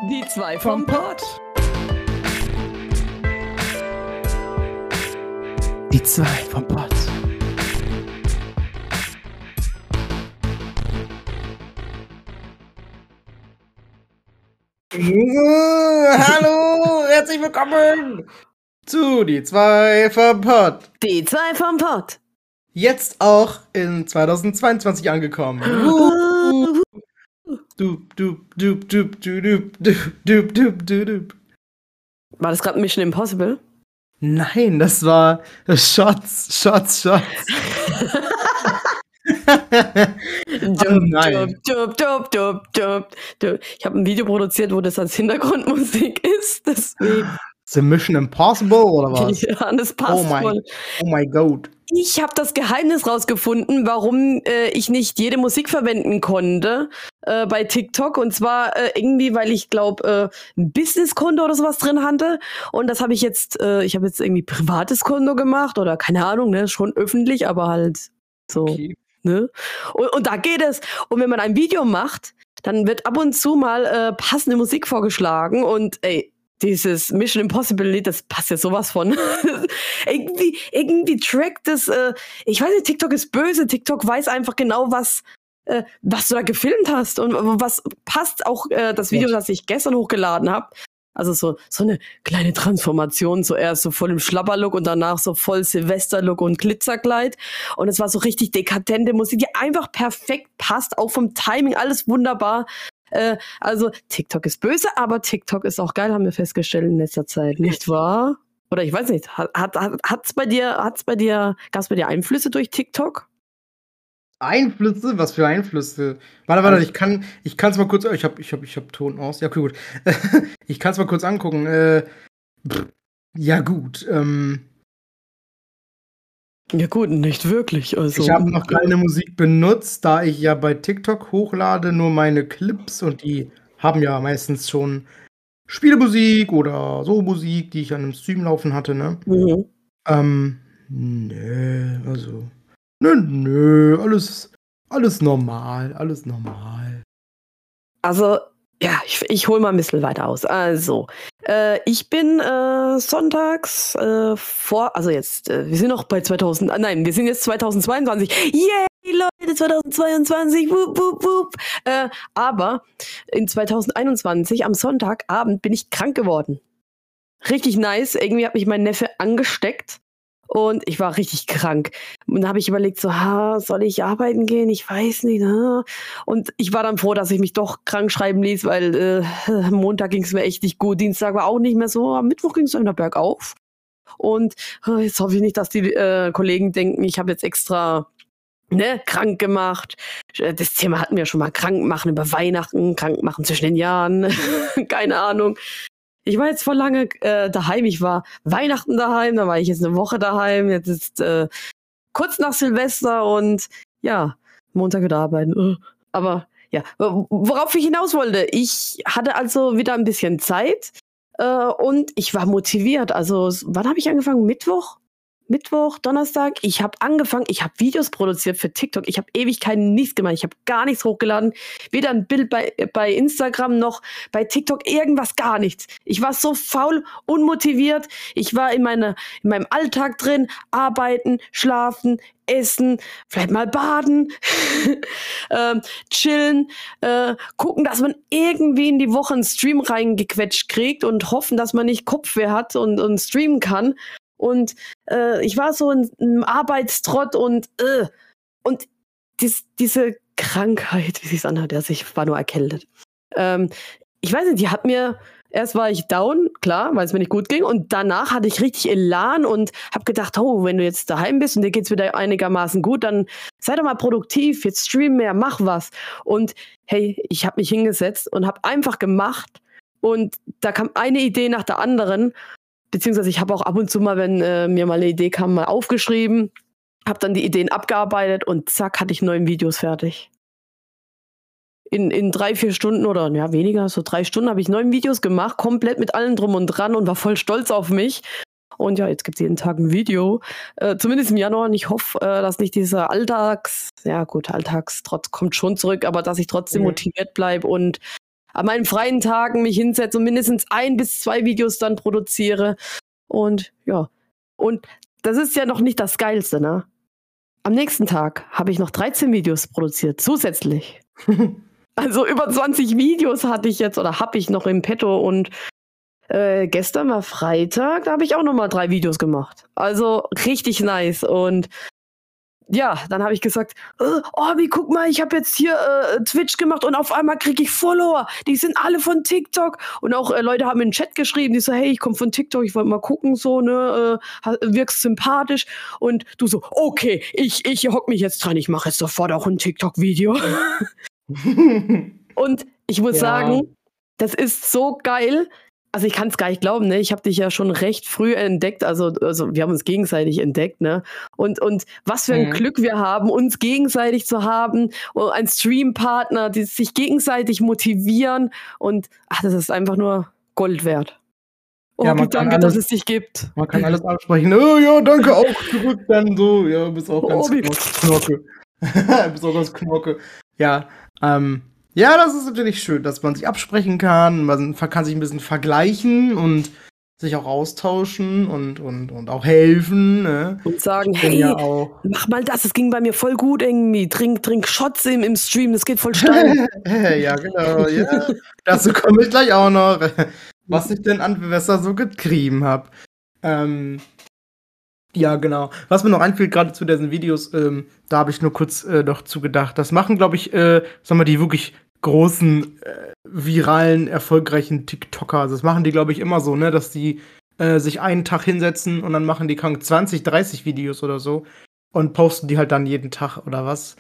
Die zwei vom Pott. Die zwei vom Pott. Hallo, herzlich willkommen zu Die zwei vom Pott. Die zwei vom Pott. Jetzt auch in 2022 angekommen. Dup, dup, dup, dup, dup, dup, dup, dup, dup. War das gerade Mission Impossible? Nein, das war Shots. Nein. Ich habe ein Video produziert, wo das als Hintergrundmusik ist. Deswegen. The Mission Impossible oder was? Ja, das passt voll. Oh mein Gott. Ich habe das Geheimnis rausgefunden, warum ich nicht jede Musik verwenden konnte bei TikTok. Und zwar irgendwie, weil ich glaube, ein Businesskonto oder sowas drin hatte. Und das habe ich jetzt, ich habe jetzt irgendwie privates Konto gemacht oder keine Ahnung, ne, schon öffentlich, aber halt so. Okay. Ne? Und da geht es. Und wenn man ein Video macht, dann wird ab und zu mal passende Musik vorgeschlagen. Und ey, dieses Mission Impossible Lied, das passt ja sowas von. irgendwie trackt das, ich weiß nicht, TikTok ist böse. TikTok weiß einfach genau, was du da gefilmt hast und was passt auch das Video, das ich gestern hochgeladen habe. Also so eine kleine Transformation, zuerst so voll im Schlabberlook und danach so voll Silvesterlook und Glitzerkleid. Und es war so richtig dekadente Musik, die einfach perfekt passt, auch vom Timing, alles wunderbar. Also TikTok ist böse, aber TikTok ist auch geil, haben wir festgestellt in letzter Zeit, nicht wahr? Oder ich weiß nicht, gab's bei dir Einflüsse durch TikTok? Einflüsse? Was für Einflüsse? Warte, ich kann's mal kurz. Ich hab Ton aus. Ja, okay, gut. Ich kann's mal kurz angucken. Ja, gut. Ja gut, nicht wirklich. Also, ich habe noch keine Musik benutzt, da ich ja bei TikTok hochlade nur meine Clips und die haben ja meistens schon Spielemusik oder so Musik, die ich an einem Stream laufen hatte, ne? Nee, also. Nö, alles normal. Also, ja, ich hole mal ein bisschen weiter aus. Also, ich bin sonntags also jetzt, wir sind noch bei wir sind jetzt 2022. Yay, Leute, 2022, wup, wup, wup. Aber in 2021, am Sonntagabend, bin ich krank geworden. Richtig nice. Irgendwie hat mich mein Neffe angesteckt. Und ich war richtig krank. Und da habe ich überlegt, so, soll ich arbeiten gehen? Ich weiß nicht. Und ich war dann froh, dass ich mich doch krank schreiben ließ, weil Montag ging es mir echt nicht gut. Dienstag war auch nicht mehr so. Am Mittwoch ging es dann wieder bergauf. Und jetzt hoffe ich nicht, dass die Kollegen denken, ich habe jetzt extra krank gemacht. Das Thema hatten wir schon mal. Krank machen über Weihnachten, krank machen zwischen den Jahren. Keine Ahnung. Ich war jetzt vor lange daheim. Ich war Weihnachten daheim, dann war ich jetzt eine Woche daheim. Jetzt ist kurz nach Silvester und ja, Montag wieder arbeiten. Aber ja, worauf ich hinaus wollte, ich hatte also wieder ein bisschen Zeit und ich war motiviert. Also, wann habe ich angefangen? Mittwoch, Donnerstag. Ich habe Videos produziert für TikTok. Ich habe Ewigkeiten nichts gemacht. Ich habe gar nichts hochgeladen. Weder ein Bild bei Instagram noch bei TikTok. Irgendwas, gar nichts. Ich war so faul, unmotiviert. Ich war in meinem Alltag drin. Arbeiten, schlafen, essen, vielleicht mal baden, chillen, gucken, dass man irgendwie in die Woche einen Stream reingequetscht kriegt und hoffen, dass man nicht Kopfweh hat und streamen kann. Und ich war so in einem Arbeitstrott und diese Krankheit, wie sich's anhört, ich war nur erkältet. Ich weiß nicht, die hat mir, erst war ich down, klar, weil es mir nicht gut ging, und danach hatte ich richtig Elan und habe gedacht, wenn du jetzt daheim bist und dir geht's wieder einigermaßen gut, dann sei doch mal produktiv, jetzt stream mehr, mach was. Und hey, ich habe mich hingesetzt und habe einfach gemacht und da kam eine Idee nach der anderen. Beziehungsweise ich habe auch ab und zu mal, wenn mir mal eine Idee kam, mal aufgeschrieben, habe dann die Ideen abgearbeitet und zack, hatte ich 9 Videos fertig. In 3-4 Stunden oder ja weniger, so 3 Stunden habe ich 9 Videos gemacht, komplett mit allem drum und dran und war voll stolz auf mich. Und ja, jetzt gibt es jeden Tag ein Video, zumindest im Januar. Und ich hoffe, dass nicht dieser Alltagstrotz kommt schon zurück, aber dass ich trotzdem motiviert bleibe und an meinen freien Tagen mich hinsetze und mindestens 1 bis 2 Videos dann produziere. Und ja, und das ist ja noch nicht das Geilste, ne? Am nächsten Tag habe ich noch 13 Videos produziert, zusätzlich. Also über 20 Videos hatte ich jetzt oder habe ich noch im Petto und gestern war Freitag, da habe ich auch nochmal 3 Videos gemacht. Also richtig nice. Und ja, dann habe ich gesagt, guck mal, ich habe jetzt hier Twitch gemacht und auf einmal kriege ich Follower. Die sind alle von TikTok. Und auch Leute haben in den Chat geschrieben, die so, hey, ich komme von TikTok, ich wollte mal gucken, so, ne, wirkst sympathisch. Und du so, okay, ich hock mich jetzt dran, ich mache jetzt sofort auch ein TikTok-Video. Und ich muss sagen, das ist so geil. Also ich kann es gar nicht glauben, ne? Ich habe dich ja schon recht früh entdeckt, also wir haben uns gegenseitig entdeckt, ne? Und was für ein Glück wir haben, uns gegenseitig zu haben, ein Streampartner, die sich gegenseitig motivieren und das ist einfach nur Gold wert. Danke, dass es dich gibt. Man kann alles absprechen. Oh ja, danke auch zurück dann so. Ja, bist auch ganz Knorke. Bist auch ganz Knorke. Ja, ja, das ist natürlich schön, dass man sich absprechen kann, man kann sich ein bisschen vergleichen und sich auch austauschen und auch helfen. Ne? Und sagen, hey, mach mal das, es ging bei mir voll gut irgendwie, trink Shots im Stream, das geht voll steil. Ja, genau, ja. Dazu komme ich gleich auch noch, was ich denn an Silvester so getrieben habe. Ja, genau. Was mir noch einfällt, gerade zu diesen Videos, da habe ich nur kurz noch zugedacht. Das machen, glaube ich, die wirklich großen, viralen, erfolgreichen TikToker. Also das machen die, glaube ich, immer so, ne, dass die sich einen Tag hinsetzen und dann machen die 20, 30 Videos oder so und posten die halt dann jeden Tag oder was.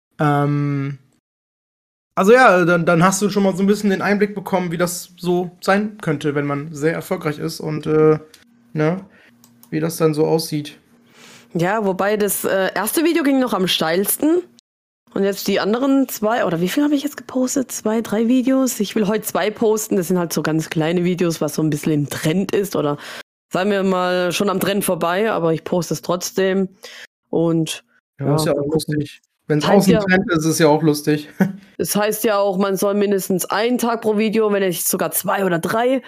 Also ja, dann hast du schon mal so ein bisschen den Einblick bekommen, wie das so sein könnte, wenn man sehr erfolgreich ist und ne, wie das dann so aussieht. Ja, wobei das erste Video ging noch am steilsten. Und jetzt die anderen 2, oder wie viel habe ich jetzt gepostet? 2, 3 Videos? Ich will heute 2 posten. Das sind halt so ganz kleine Videos, was so ein bisschen im Trend ist. Oder sagen wir mal, schon am Trend vorbei, aber ich poste es trotzdem. Und ja, ist ja auch lustig. Wenn es außen Trend ist, ist es ja auch lustig. Das heißt ja auch, man soll mindestens einen Tag pro Video, wenn nicht sogar 2 oder 3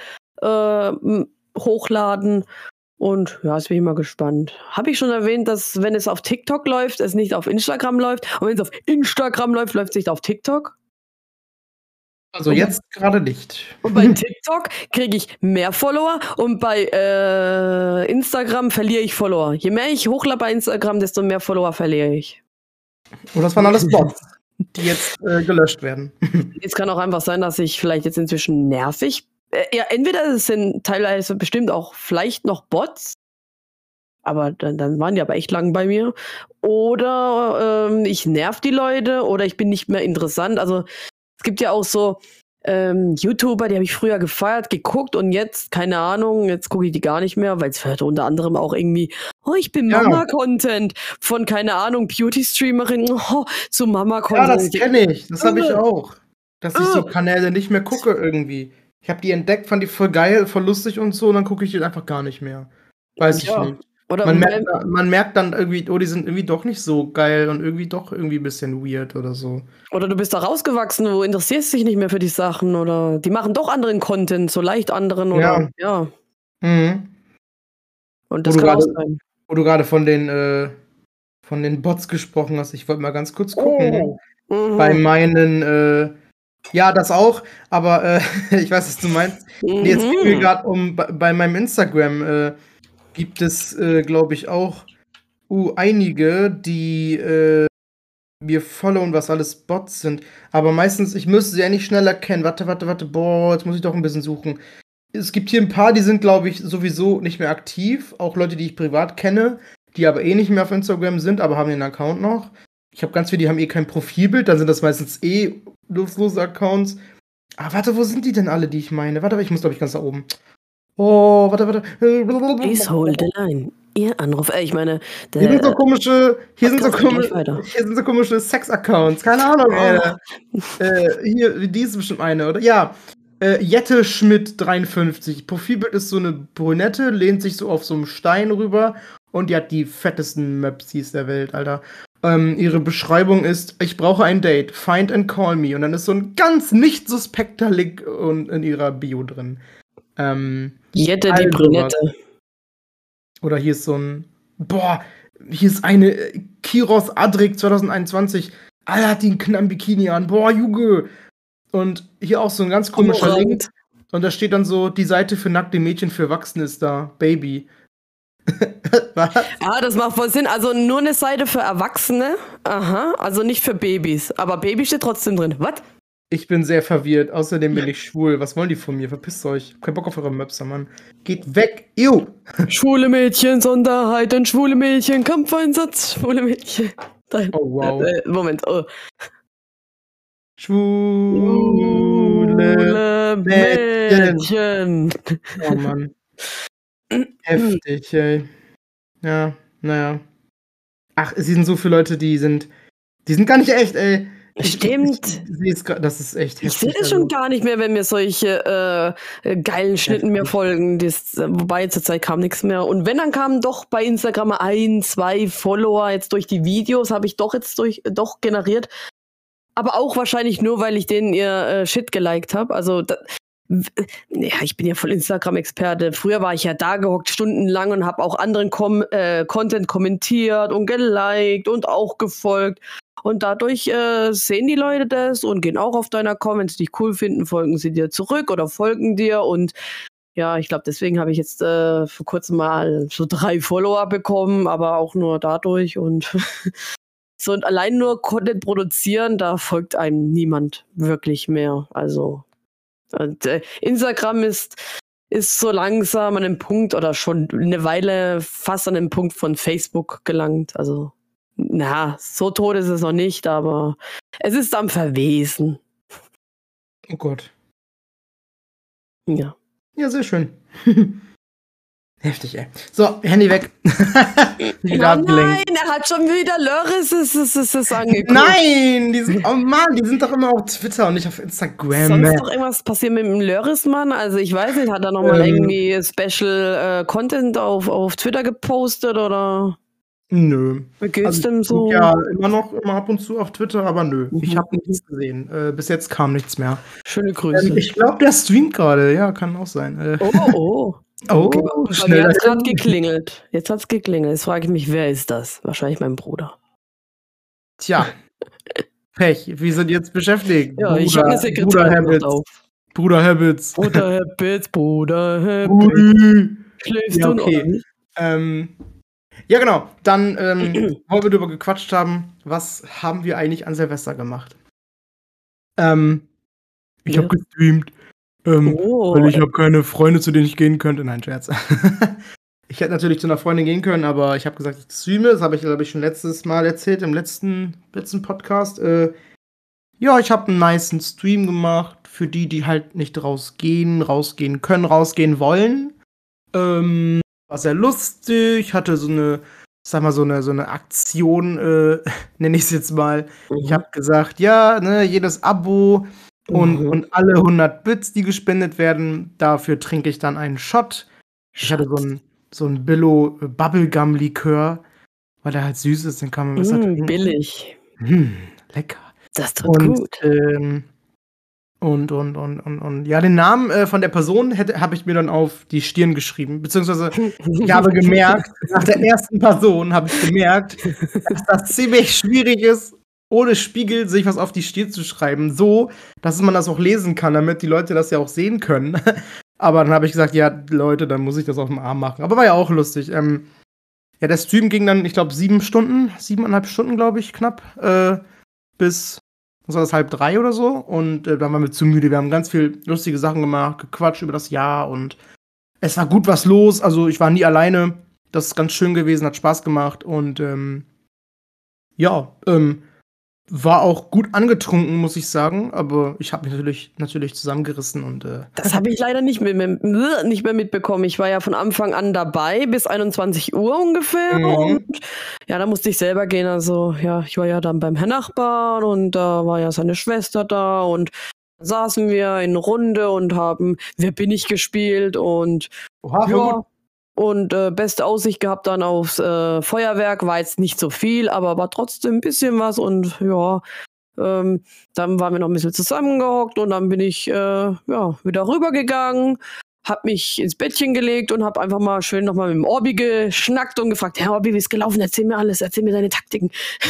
hochladen. Und ja, jetzt bin ich mal gespannt. Habe ich schon erwähnt, dass wenn es auf TikTok läuft, es nicht auf Instagram läuft. Und wenn es auf Instagram läuft, läuft es nicht auf TikTok? Also jetzt gerade nicht. Und bei TikTok kriege ich mehr Follower und bei Instagram verliere ich Follower. Je mehr ich hochlade bei Instagram, desto mehr Follower verliere ich. Und das waren alles Bots, die jetzt gelöscht werden. Es kann auch einfach sein, dass ich vielleicht jetzt inzwischen nervig ja, entweder es sind teilweise bestimmt auch vielleicht noch Bots, aber dann waren die aber echt lang bei mir. Oder ich nerv die Leute oder ich bin nicht mehr interessant. Also es gibt ja auch so YouTuber, die habe ich früher gefeiert, geguckt und jetzt, keine Ahnung, jetzt gucke ich die gar nicht mehr, weil es hört unter anderem auch irgendwie, ich bin Mama-Content von, keine Ahnung, Beauty-Streamerin zu Mama-Content. Ja, das kenne ich, das habe ich auch. Dass ich so Kanäle nicht mehr gucke irgendwie. Ich habe die entdeckt, fand die voll geil, voll lustig und so, und dann gucke ich die einfach gar nicht mehr. Weiß ich nicht. Oder man merkt dann irgendwie, die sind irgendwie doch nicht so geil und irgendwie doch irgendwie ein bisschen weird oder so. Oder du bist da rausgewachsen, du interessierst dich nicht mehr für die Sachen oder die machen doch anderen Content, so leicht anderen oder ja. Mhm. Und das kann auch sein. Wo du gerade von den Bots gesprochen hast, ich wollte mal ganz kurz gucken. Bei meinen ja, das auch, aber ich weiß, was du meinst. Jetzt geht mir gerade bei meinem Instagram gibt es, glaube ich, auch einige, die mir followen, was alles Bots sind. Aber meistens, ich müsste sie ja nicht schnell erkennen. Warte, boah, jetzt muss ich doch ein bisschen suchen. Es gibt hier ein paar, die sind, glaube ich, sowieso nicht mehr aktiv. Auch Leute, die ich privat kenne, die aber nicht mehr auf Instagram sind, aber haben den Account noch. Ich habe ganz viele, die haben kein Profilbild, dann sind das meistens nutzlose Accounts. Warte, wo sind die denn alle, die ich meine? Warte, ich muss, glaube ich, ganz da oben. Oh, warte. Please hold the line. Ihr Anruf, ich meine... Hier sind so komische Sex-Accounts. Keine Ahnung, hier, die ist bestimmt eine, oder? Ja. Jette Schmidt 53. Profilbild ist so eine Brünette, lehnt sich so auf so einem Stein rüber und die hat die fettesten Möpsis der Welt, Alter. Ihre Beschreibung ist, ich brauche ein Date, find and call me. Und dann ist so ein ganz nicht suspekter Link in ihrer Bio drin. Jette die Brünette. Oder hier ist so ein, hier ist eine Kiros Adrik 2021. Alle hat die einen Bikini an. Boah, Junge. Und hier auch so ein ganz komischer Link. Und da steht dann so, die Seite für nackte Mädchen für Erwachsene ist da. Baby. Was? Ja, das macht voll Sinn. Also nur eine Seite für Erwachsene. Aha, also nicht für Babys. Aber Baby steht trotzdem drin. Was? Ich bin sehr verwirrt. Außerdem bin ich schwul. Was wollen die von mir? Verpisst euch. Ich hab keinen Bock auf eure Möpser, Mann. Geht weg. Ew. Schwule Mädchen, Sonderheiten, schwule Mädchen, Kampfeinsatz, schwule Mädchen. Oh, wow. Moment. Oh. Schwule Mädchen. Oh, Mann. Heftig, ey. Ja, naja. Ach, es sind so viele Leute, die sind gar nicht echt, ey. Stimmt. Das ist echt heftig. Ich sehe das schon gar nicht mehr, wenn mir solche geilen Schnitten mir folgen. Wobei zur Zeit kam nichts mehr. Und wenn, dann kamen doch bei Instagram 1, 2 Follower jetzt durch die Videos, habe ich doch generiert. Aber auch wahrscheinlich nur, weil ich denen ihr Shit geliked habe. Also ja, ich bin ja voll Instagram-Experte. Früher war ich ja da gehockt stundenlang und habe auch anderen Content kommentiert und geliked und auch gefolgt. Und dadurch sehen die Leute das und gehen auch auf deiner Comments, die dich cool finden, folgen sie dir zurück oder folgen dir. Und ja, ich glaube, deswegen habe ich jetzt vor kurzem mal so 3 Follower bekommen, aber auch nur dadurch. Und so, und allein nur Content produzieren, da folgt einem niemand wirklich mehr. Also und, Instagram ist so langsam an einem Punkt oder schon eine Weile fast an den Punkt von Facebook gelangt. Also, na, so tot ist es noch nicht, aber es ist am Verwesen. Oh Gott. Ja. Ja, sehr schön. Heftig, ey. So, Handy weg. Oh nein, er hat schon wieder Lörres ist angeguckt. Nein, die sind doch immer auf Twitter und nicht auf Instagram. Sonst doch irgendwas passiert mit dem Lörres-Mann? Also ich weiß nicht, hat er nochmal irgendwie Special Content auf Twitter gepostet oder? Nö. Wie geht's dem so? Ja, immer ab und zu auf Twitter, aber nö. Ich habe nichts gesehen. Bis jetzt kam nichts mehr. Schöne Grüße. Ich glaube, der streamt gerade. Ja, kann auch sein. Schnell. Jetzt hat's geklingelt. Jetzt frage ich mich, wer ist das? Wahrscheinlich mein Bruder. Tja. Pech. Wir sind jetzt beschäftigt. Ja, ich habe eine Sekretärin auf. Bruder Habits. Schläfst ja, du okay. Ja, genau. Dann, wo wir darüber gequatscht haben, was haben wir eigentlich an Silvester gemacht? Ich habe gestreamt. Weil ich habe keine Freunde, zu denen ich gehen könnte. Nein, Scherz. Ich hätte natürlich zu einer Freundin gehen können, aber ich habe gesagt, ich streame. Das habe ich, glaube ich, schon letztes Mal erzählt, im letzten Podcast. Ja, ich habe einen nicen Stream gemacht für die halt nicht rausgehen können, rausgehen wollen. War sehr lustig, hatte so eine Aktion, nenne ich es jetzt mal. Ich habe gesagt, ja, ne, jedes Abo und alle 100 Bits, die gespendet werden, dafür trinke ich dann einen Shot. Ich hatte so ein Billo Bubblegum-Likör, weil der halt süß ist, den kann man besser trinken. Billig. Lecker. Das tut gut. Und ja, den Namen von der Person habe ich mir dann auf die Stirn geschrieben. Beziehungsweise ich habe gemerkt, nach der ersten Person habe ich gemerkt, dass das ziemlich schwierig ist, ohne Spiegel sich was auf die Stirn zu schreiben. So, dass man das auch lesen kann, damit die Leute das ja auch sehen können. Aber dann habe ich gesagt, ja, Leute, dann muss ich das auf dem Arm machen. Aber war ja auch lustig. Ja, der Stream ging dann, ich glaube, 7,5 Stunden, glaube ich, knapp. Bis, was war das, 2:30 oder so. Und dann waren wir zu müde. Wir haben ganz viel lustige Sachen gemacht, gequatscht über das Jahr. Und es war gut was los. Also ich war nie alleine. Das ist ganz schön gewesen, hat Spaß gemacht. Und war auch gut angetrunken, muss ich sagen. Aber ich habe mich natürlich zusammengerissen. Und das habe ich leider nicht mehr mitbekommen. Ich war ja von Anfang an dabei, bis 21 Uhr ungefähr. Und ja, da musste ich selber gehen. Also ja, ich war ja dann beim Herrn Nachbarn und da war ja seine Schwester da. Und dann saßen wir in Runde und haben Wer bin ich gespielt. Und oha, ja, Und beste Aussicht gehabt dann aufs Feuerwerk. War jetzt nicht so viel, aber war trotzdem ein bisschen was. Und ja, dann waren wir noch ein bisschen zusammengehockt und dann bin ich wieder rübergegangen, hab mich ins Bettchen gelegt und hab einfach mal schön nochmal mit dem Orbi geschnackt und gefragt, Herr Orbi, wie ist gelaufen? Erzähl mir alles, erzähl mir deine Taktiken.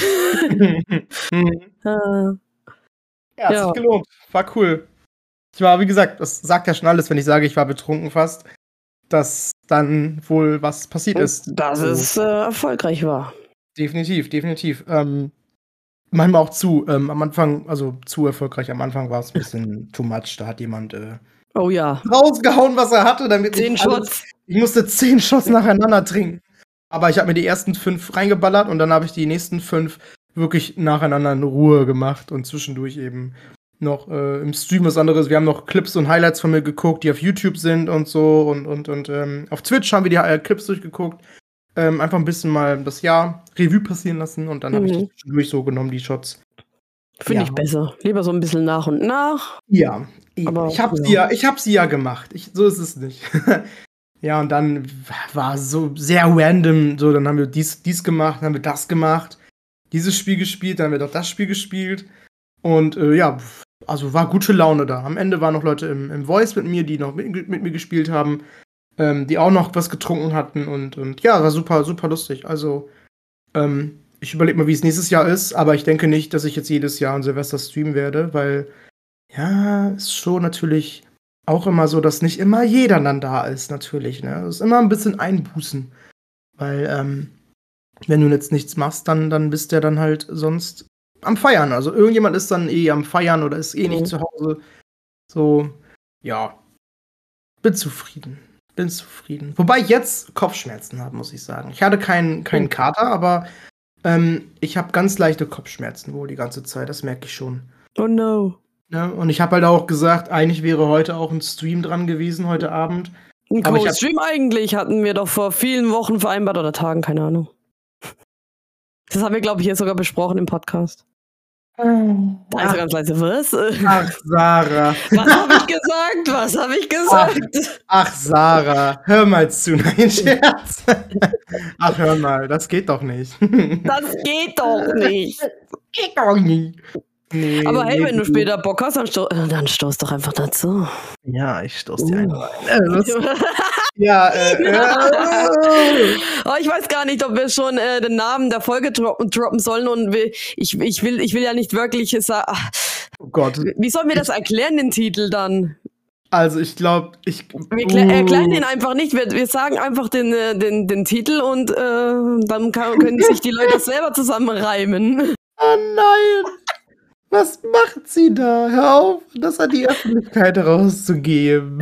Ja, hat sich gelohnt. War cool. Ich war, wie gesagt, das sagt ja schon alles, wenn ich sage, ich war betrunken fast, dass dann wohl was passiert ist. Dass es erfolgreich war. Definitiv. Manchmal auch am Anfang, also zu erfolgreich. Am Anfang war es ein bisschen too much. Da hat jemand rausgehauen, was er hatte, damit 10 Shots. Ich musste 10 Shots nacheinander trinken. Aber ich habe mir die ersten 5 reingeballert und dann habe ich die nächsten 5 wirklich nacheinander in Ruhe gemacht und zwischendurch eben noch im Stream was anderes. Wir haben noch Clips und Highlights von mir geguckt, die auf YouTube sind und so. Und auf Twitch haben wir die Clips durchgeguckt. Einfach ein bisschen mal das Jahr Revue passieren lassen und dann habe ich die zwischendurch so genommen, die Shots. Finde ich besser. Lieber so ein bisschen nach und nach. Ja, aber ich hab sie ja gemacht. So ist es nicht. Ja, und dann war so sehr random, so, dann haben wir dies gemacht, dann haben wir das gemacht, dieses Spiel gespielt, dann haben wir doch das Spiel gespielt. Und also war gute Laune da. Am Ende waren noch Leute im Voice mit mir, die noch mit mir gespielt haben, die auch noch was getrunken hatten und ja, war super, super lustig. Also, ich überlege mal, wie es nächstes Jahr ist, aber ich denke nicht, dass ich jetzt jedes Jahr an Silvester streamen werde, weil, ja, ist schon natürlich auch immer so, dass nicht immer jeder dann da ist, natürlich, ne? Das ist immer ein bisschen Einbußen, weil, wenn du jetzt nichts machst, dann bist du dann halt sonst am Feiern. Also irgendjemand ist dann am Feiern oder ist nicht zu Hause. So, ja, bin zufrieden. Wobei ich jetzt Kopfschmerzen habe, muss ich sagen. Ich hatte keinen Kater, aber ich habe ganz leichte Kopfschmerzen wohl die ganze Zeit, das merke ich schon. Oh no. Ja, und ich habe halt auch gesagt, eigentlich wäre heute auch ein Stream dran gewesen, heute Abend. Ein Co-Stream eigentlich hatten wir doch vor vielen Wochen vereinbart oder Tagen, keine Ahnung. Das haben wir, glaube ich, hier sogar besprochen im Podcast. Da ist er ganz leise. Was? Ach, Sarah. Was habe ich gesagt? Ach, Sarah. Hör mal zu. Nein, Scherz. Ach, hör mal. Das geht doch nicht. Das geht doch nicht. Nee, aber hey, wenn du später Bock hast, dann stoß doch einfach dazu. Ja, ich stoß dir einen rein. Oh, ich weiß gar nicht, ob wir schon den Namen der Folge droppen sollen und ich will ja nicht wirklich sagen. Oh Gott. Wie sollen wir das erklären, den Titel dann? Also ich glaube, wir erklären ihn einfach nicht. Wir sagen einfach den Titel und dann können sich die Leute das selber zusammenreimen. Oh nein! Was macht sie da? Hör auf, das an die Öffentlichkeit rauszugeben.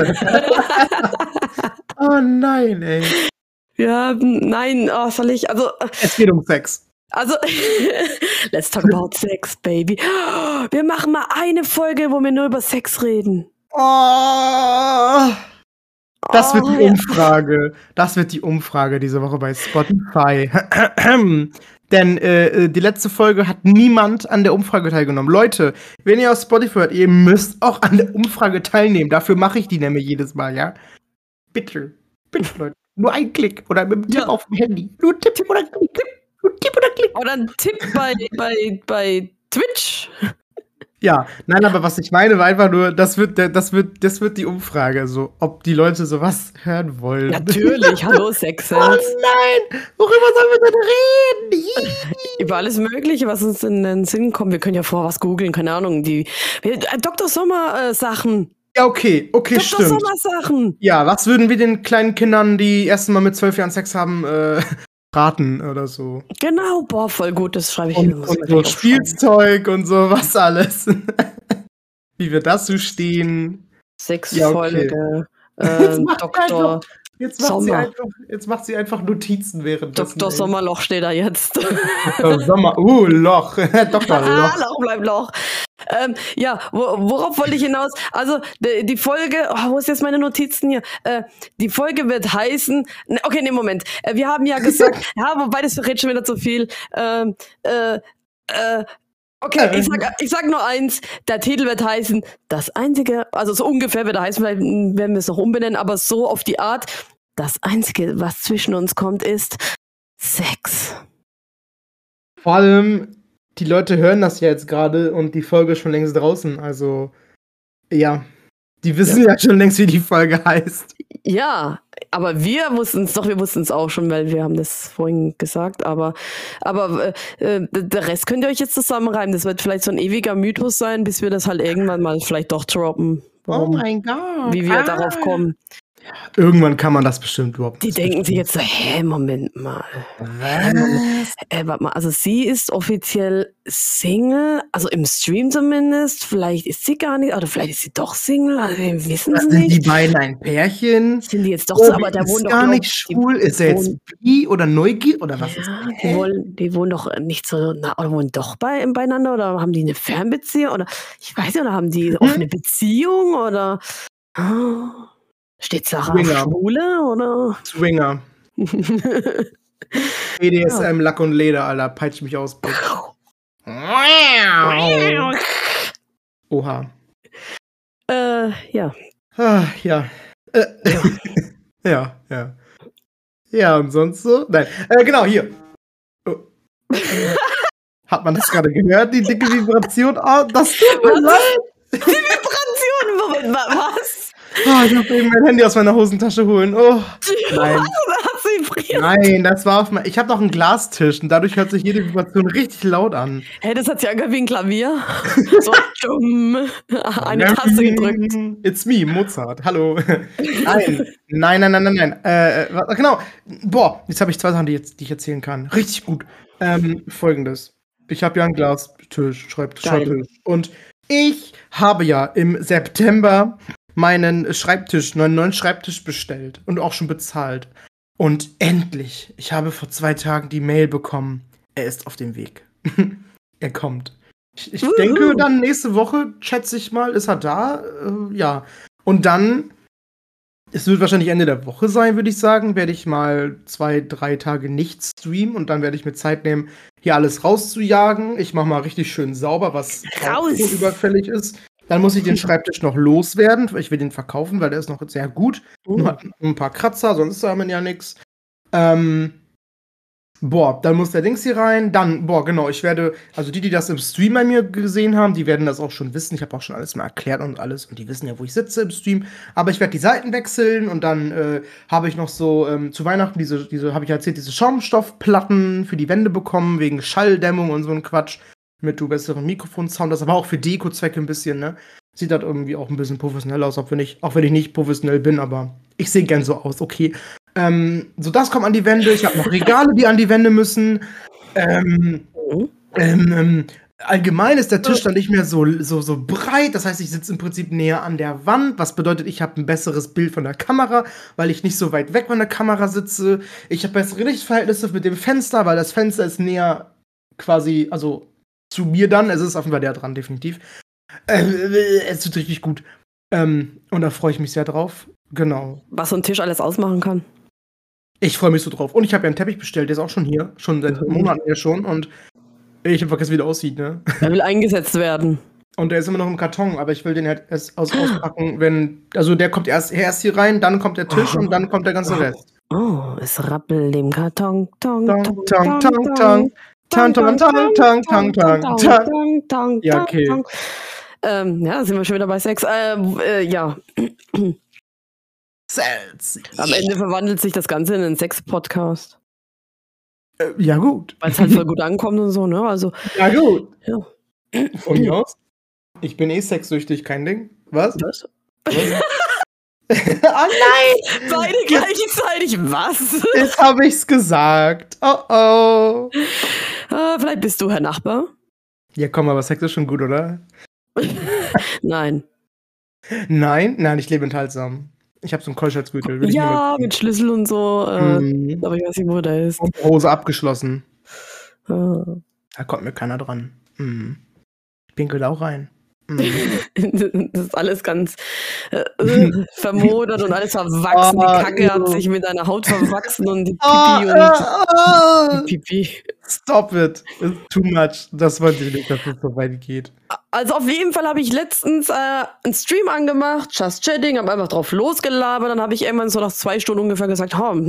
Oh nein, ey. Ja, nein, soll ich? Also, es geht um Sex. Also, let's talk about Sex, baby. Wir machen mal eine Folge, wo wir nur über Sex reden. Oh, das wird die Umfrage. Das wird die Umfrage diese Woche bei Spotify. Denn die letzte Folge hat niemand an der Umfrage teilgenommen. Leute, wenn ihr auf Spotify hört, ihr müsst auch an der Umfrage teilnehmen. Dafür mache ich die nämlich jedes Mal, ja? Bitte, Leute. Nur ein Klick oder mit dem Tipp auf dem Handy. Nur Tipp oder Klick. Oder ein Tipp bei Twitch. Ja, nein, aber was ich meine, war einfach nur, das wird die Umfrage, so, ob die Leute sowas hören wollen. Natürlich, hallo Sexels. Oh nein, worüber sollen wir denn reden? Über alles Mögliche, was uns in den Sinn kommt. Wir können ja vorher was googeln, keine Ahnung, Dr. Sommer Sachen. Ja, okay, stimmt. Dr. Sommer Sachen. Ja, was würden wir den kleinen Kindern, die erst mal mit 12 Jahren Sex haben, raten oder so. Genau, boah, voll gut, das schreibe ich mir. Und so Spielzeug und so, was alles. Wie wir dazu stehen. Sexfolge, Dr. Jetzt macht sie einfach Notizen während Dr. Sommerloch steht da jetzt. Dr. Sommer, Loch. Dr. Loch. Loch bleibt Loch. Ja, worauf wollte ich hinaus? Also, die Folge, wo ist jetzt meine Notizen hier? Die Folge wird heißen, okay, nee, Moment. Wir haben ja gesagt, ja, wobei das verrät schon wieder zu viel. Okay, ich sag nur eins, der Titel wird heißen, das einzige, also so ungefähr wird er heißen, vielleicht werden wir es noch umbenennen, aber so auf die Art, das Einzige, was zwischen uns kommt, ist Sex. Vor allem, die Leute hören das ja jetzt gerade und die Folge ist schon längst draußen. Also, ja, die wissen ja schon längst, wie die Folge heißt. Ja, aber wir wussten es auch schon, weil wir haben das vorhin gesagt, aber der Rest könnt ihr euch jetzt zusammenreimen. Das wird vielleicht so ein ewiger Mythos sein, bis wir das halt irgendwann mal vielleicht doch droppen. Oh mein Gott. Wie wir darauf kommen. Irgendwann kann man das bestimmt überhaupt. Die denken sich jetzt so, Moment mal. Warte mal, also sie ist offiziell Single, also im Stream zumindest. Vielleicht ist sie gar nicht, oder vielleicht ist sie doch Single, also wir wissen es nicht. Sind die beiden ein Pärchen? Sind die jetzt doch so, aber der wohnt doch gar nicht schwul. Ist er jetzt bi oder neugierig oder was ist das? Die wohnen doch nicht so, oder wohnen doch beieinander, oder haben die eine Fernbeziehung, oder ich weiß nicht, oder haben die offene Beziehung, oder steht Sarah auf Schwule, oder? Swinger. BDSM, Lack und Leder, Alter. Peitscht mich aus. Oha. Ja. Ja. Ja. Ja, und sonst so? Nein. Genau, hier. Oh. Hat man das gerade gehört, die dicke Vibration? Oh, das tut mir leid. Die Vibration? Moment, was? Oh, ich muss eben mein Handy aus meiner Hosentasche holen. Oh, nein. Nein, das war auf mein. Ich habe noch einen Glastisch und dadurch hört sich jede Vibration richtig laut an. Hey, das hat sich angehört wie ein Klavier. So dumm. Eine Taste gedrückt. It's me, Mozart. Hallo. Nein. Genau. Boah, jetzt habe ich 2 Sachen, die ich erzählen kann. Richtig gut. Folgendes. Ich habe ja einen Glastisch, Schreibtisch. Und ich habe ja im September meinen neuen Schreibtisch bestellt und auch schon bezahlt. Und endlich, ich habe vor 2 Tagen die Mail bekommen. Er ist auf dem Weg. Er kommt. Ich denke, dann nächste Woche, schätze ich mal, ist er da. Ja. Und dann, es wird wahrscheinlich Ende der Woche sein, würde ich sagen, werde ich mal 2-3 Tage nicht streamen und dann werde ich mir Zeit nehmen, hier alles rauszujagen. Ich mache mal richtig schön sauber, was auch überfällig ist. Dann muss ich den Schreibtisch noch loswerden. Ich will den verkaufen, weil der ist noch sehr gut. Nur hat ein paar Kratzer, sonst ist ja nichts. Dann muss der Dings hier rein. Dann, genau, ich werde, also die das im Stream bei mir gesehen haben, die werden das auch schon wissen. Ich habe auch schon alles mal erklärt und alles. Und die wissen ja, wo ich sitze im Stream. Aber ich werde die Seiten wechseln und dann habe ich noch so zu Weihnachten diese habe ich erzählt, diese Schaumstoffplatten für die Wände bekommen, wegen Schalldämmung und so ein Quatsch. Mit besseren Mikrofonsound, das aber auch für Deko-Zwecke ein bisschen, ne? Sieht halt irgendwie auch ein bisschen professionell aus, auch wenn ich nicht professionell bin, aber ich sehe gern so aus, okay. So, das kommt an die Wände. Ich habe noch Regale, die an die Wände müssen. Allgemein ist der Tisch dann nicht mehr so breit. Das heißt, ich sitze im Prinzip näher an der Wand. Was bedeutet, ich habe ein besseres Bild von der Kamera, weil ich nicht so weit weg von der Kamera sitze. Ich habe bessere Lichtverhältnisse mit dem Fenster, weil das Fenster ist näher quasi, also zu mir dann. Es ist auf jeden Fall der dran, definitiv. Es wird richtig gut. Und da freue ich mich sehr drauf. Genau. Was so ein Tisch alles ausmachen kann. Ich freue mich so drauf. Und ich habe ja einen Teppich bestellt, der ist auch schon hier. Schon seit Monaten ja schon. Und ich habe vergessen, wie der aussieht, ne? Der will eingesetzt werden. Und der ist immer noch im Karton, aber ich will den halt erst auspacken, wenn. Also der kommt erst hier rein, dann kommt der Tisch und dann kommt der ganze Rest. Oh, es rappelt im Karton. Tong, tong, tong, tong, tong. Tang, tang, tang, tang, tang, tang. Ja, okay. Ja, sind wir schon wieder bei Sex. Ja. Selz. Am Ende verwandelt sich das Ganze in einen Sex-Podcast. Ja, gut. Weil es halt voll gut ankommt und so, ne? Also. Ja, gut. Ja. Von mir aus. Ich bin sexsüchtig, kein Ding. Was? Oh nein! Beide gleichzeitig, was? Jetzt habe ich's gesagt. Oh. Vielleicht bist du Herr Nachbar? Ja, komm, aber Sex ist schon gut, oder? Nein. Nein, ich lebe enthaltsam. Ich habe so einen Keuschheitsgürtel. Ja, mit Schlüssel und so. Aber ich weiß nicht, wo der ist. Und Hose abgeschlossen. Da kommt mir keiner dran. Ich pinkel da auch rein. Das ist alles ganz vermodert und alles verwachsen. Die Kacke hat sich mit deiner Haut verwachsen und die Pipi. Stop it. It's too much. Das wollte ich nicht, dass es so weit geht. Also auf jeden Fall habe ich letztens einen Stream angemacht, Just Chatting, habe einfach drauf losgelabert. Dann habe ich irgendwann so nach 2 Stunden ungefähr gesagt,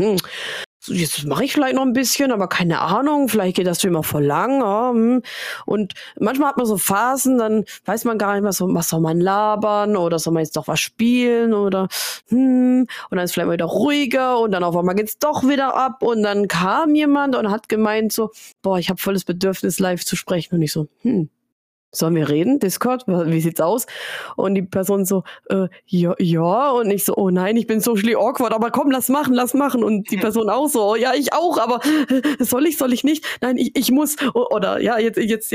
jetzt mache ich vielleicht noch ein bisschen, aber keine Ahnung, vielleicht geht das Stream auch voll lang. Und manchmal hat man so Phasen, dann weiß man gar nicht mehr so, was soll man labern oder soll man jetzt doch was spielen oder und dann ist vielleicht mal wieder ruhiger und dann auf einmal geht's doch wieder ab und dann kam jemand und hat gemeint so, boah, ich habe volles Bedürfnis live zu sprechen und ich so, sollen wir reden? Discord? Wie sieht's aus? Und die Person so, ja. Und ich so, oh nein, ich bin socially awkward, aber komm, lass machen. Und die Person auch so, ja, ich auch, aber soll ich nicht? Nein, ich muss. Oder ja, jetzt,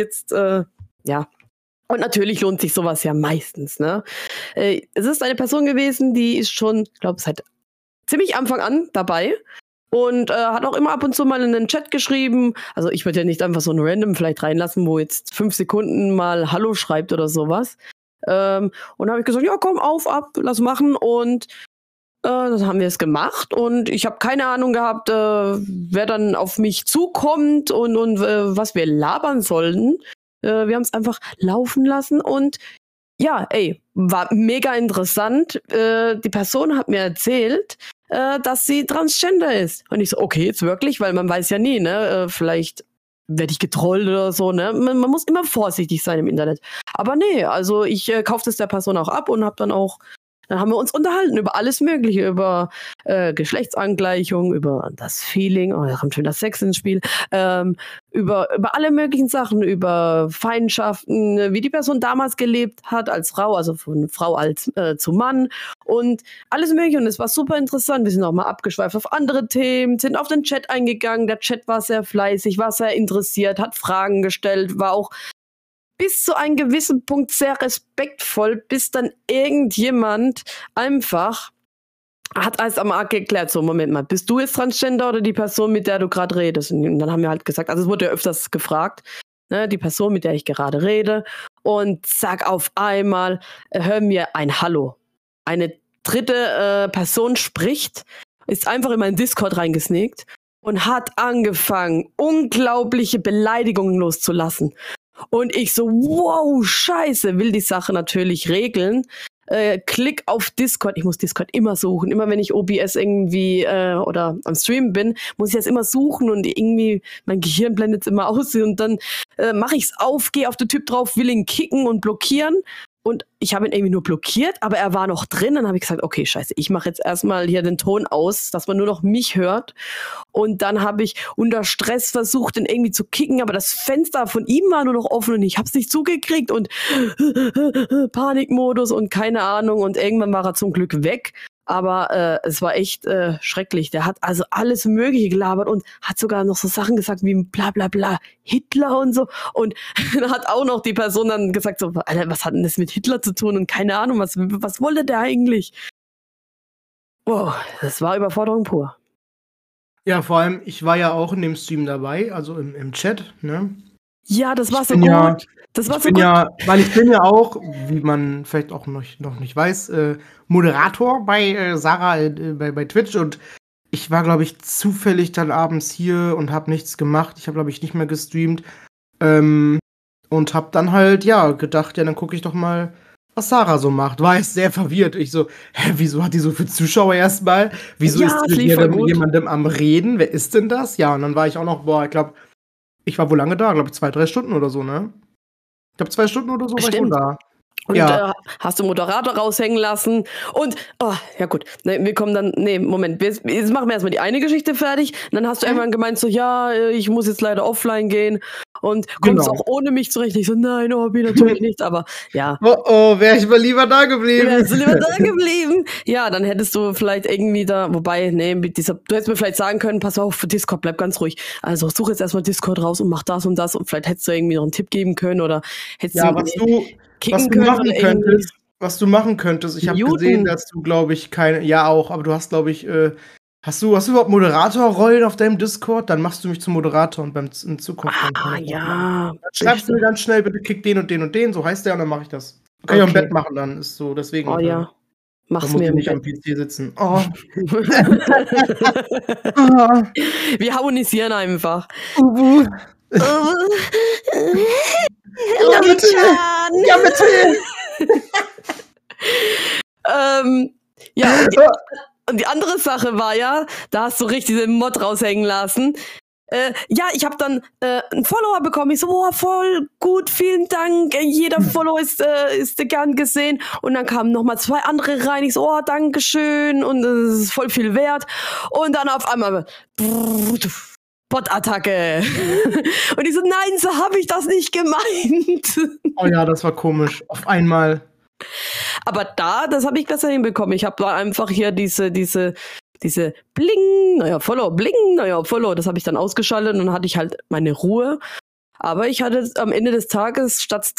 ja. Und natürlich lohnt sich sowas ja meistens, ne? Es ist eine Person gewesen, die ist schon, glaube seit ziemlich Anfang an dabei. Und hat auch immer ab und zu mal in den Chat geschrieben. Also ich würde ja nicht einfach so ein Random vielleicht reinlassen, wo jetzt 5 Sekunden mal Hallo schreibt oder sowas. Und dann habe ich gesagt, ja komm, ab, lass machen. Und dann haben wir es gemacht. Und ich habe keine Ahnung gehabt, wer dann auf mich zukommt und was wir labern sollten. Wir haben es einfach laufen lassen und ja, war mega interessant. Die Person hat mir erzählt, dass sie Transgender ist. Und ich so, okay, jetzt wirklich, weil man weiß ja nie, ne? Vielleicht werde ich getrollt oder so, ne? Man muss immer vorsichtig sein im Internet. Aber nee, also ich kaufe das der Person auch ab und dann haben wir uns unterhalten über alles Mögliche, über Geschlechtsangleichung, über das Feeling, da kommt schon das Sex ins Spiel, über alle möglichen Sachen, über Feindschaften, wie die Person damals gelebt hat als Frau, also von Frau als zu Mann und alles Mögliche. Und es war super interessant. Wir sind auch mal abgeschweift auf andere Themen, sind auf den Chat eingegangen. Der Chat war sehr fleißig, war sehr interessiert, hat Fragen gestellt, war auch bis zu einem gewissen Punkt sehr respektvoll, bis dann irgendjemand einfach hat alles am Arg geklärt, so Moment mal, bist du jetzt Transgender oder die Person, mit der du gerade redest? Und dann haben wir halt gesagt, also es wurde ja öfters gefragt, ne, die Person, mit der ich gerade rede und zack, auf einmal hören wir ein Hallo. Eine dritte Person spricht, ist einfach in meinen Discord reingesneakt und hat angefangen, unglaubliche Beleidigungen loszulassen. Und ich so, wow, scheiße, will die Sache natürlich regeln. Klick auf Discord. Ich muss Discord immer suchen. Immer wenn ich OBS irgendwie oder am Stream bin, muss ich das immer suchen und irgendwie, mein Gehirn blendet es immer aus. Und dann mache ich es auf, gehe auf den Typ drauf, will ihn kicken und blockieren. Und ich habe ihn irgendwie nur blockiert, aber er war noch drin. Dann habe ich gesagt, okay, scheiße, ich mache jetzt erstmal hier den Ton aus, dass man nur noch mich hört. Und dann habe ich unter Stress versucht, ihn irgendwie zu kicken, aber das Fenster von ihm war nur noch offen und ich habe es nicht zugekriegt und Panikmodus und keine Ahnung. Und irgendwann war er zum Glück weg. Aber es war echt schrecklich. Der hat also alles Mögliche gelabert und hat sogar noch so Sachen gesagt wie bla bla bla, Hitler und so. Und dann hat auch noch die Person dann gesagt so, Alter, was hat denn das mit Hitler zu tun? Und keine Ahnung, was wollte der eigentlich? Wow, das war Überforderung pur. Ja, vor allem, ich war ja auch in dem Stream dabei, also im Chat, ne? Ja, das war so gut. Weil ich bin ja auch, wie man vielleicht auch noch nicht weiß, Moderator bei Sarah bei Twitch und ich war, glaube ich, zufällig dann abends hier und habe nichts gemacht. Ich habe, glaube ich, nicht mehr gestreamt und habe dann halt, ja, gedacht, ja, dann gucke ich doch mal, was Sarah so macht. War jetzt sehr verwirrt. Ich so, wieso hat die so viele Zuschauer erstmal? Wieso ist sie mit jemandem am Reden? Wer ist denn das? Ja, und dann war ich auch noch, ich glaube, ich war wohl lange da, glaube ich 2-3 Stunden oder so, ne? Ich glaube 2 Stunden oder so war ich wohl da. Und ja. Hast du Moderator raushängen lassen und, ja gut, wir kommen dann, Moment, jetzt machen wir erstmal die eine Geschichte fertig, und dann hast du irgendwann gemeint so, ja, ich muss jetzt leider offline gehen und kommst auch ohne mich zurecht. Ich so, nein, Obi, natürlich nicht, aber ja. Wäre ich mal lieber da geblieben. Wärst du lieber da geblieben? Ja, dann hättest du vielleicht irgendwie da, wobei, du hättest mir vielleicht sagen können, pass auf, für Discord, bleib ganz ruhig. Also such jetzt erstmal Discord raus und mach das und das und vielleicht hättest du irgendwie noch einen Tipp geben können oder hättest was du machen könntest, ich habe gesehen, dass du, glaube ich, aber du hast, glaube ich, hast du überhaupt Moderatorrollen auf deinem Discord? Dann machst du mich zum Moderator und in Zukunft. Ja. Dann schreibst du mir ganz schnell, bitte kick den und den und den, so heißt der, und dann mache ich das. Kann ich auch im Bett machen dann, ist so, deswegen. Oh ja, Da mach's muss mir ich im nicht Bett. am PC sitzen. Oh. Wir harmonisieren einfach. Ja, bitte. Ja, bitte. Ja, und die andere Sache war ja, da hast du richtig den Mod raushängen lassen. Ja, ich habe dann einen Follower bekommen. Ich so, oh, voll gut, vielen Dank. Jeder Follower ist gern gesehen. Und dann kamen nochmal 2 andere rein. Ich so, oh, Dankeschön. Und das ist voll viel wert. Und dann auf einmal Bot-Attacke. Und ich so, nein, so habe ich das nicht gemeint. Oh ja, das war komisch. Auf einmal. Aber das habe ich besser hinbekommen. Ich habe einfach hier diese Bling, neuer Follow, das habe ich dann ausgeschaltet und dann hatte ich halt meine Ruhe. Aber ich hatte am Ende des Tages statt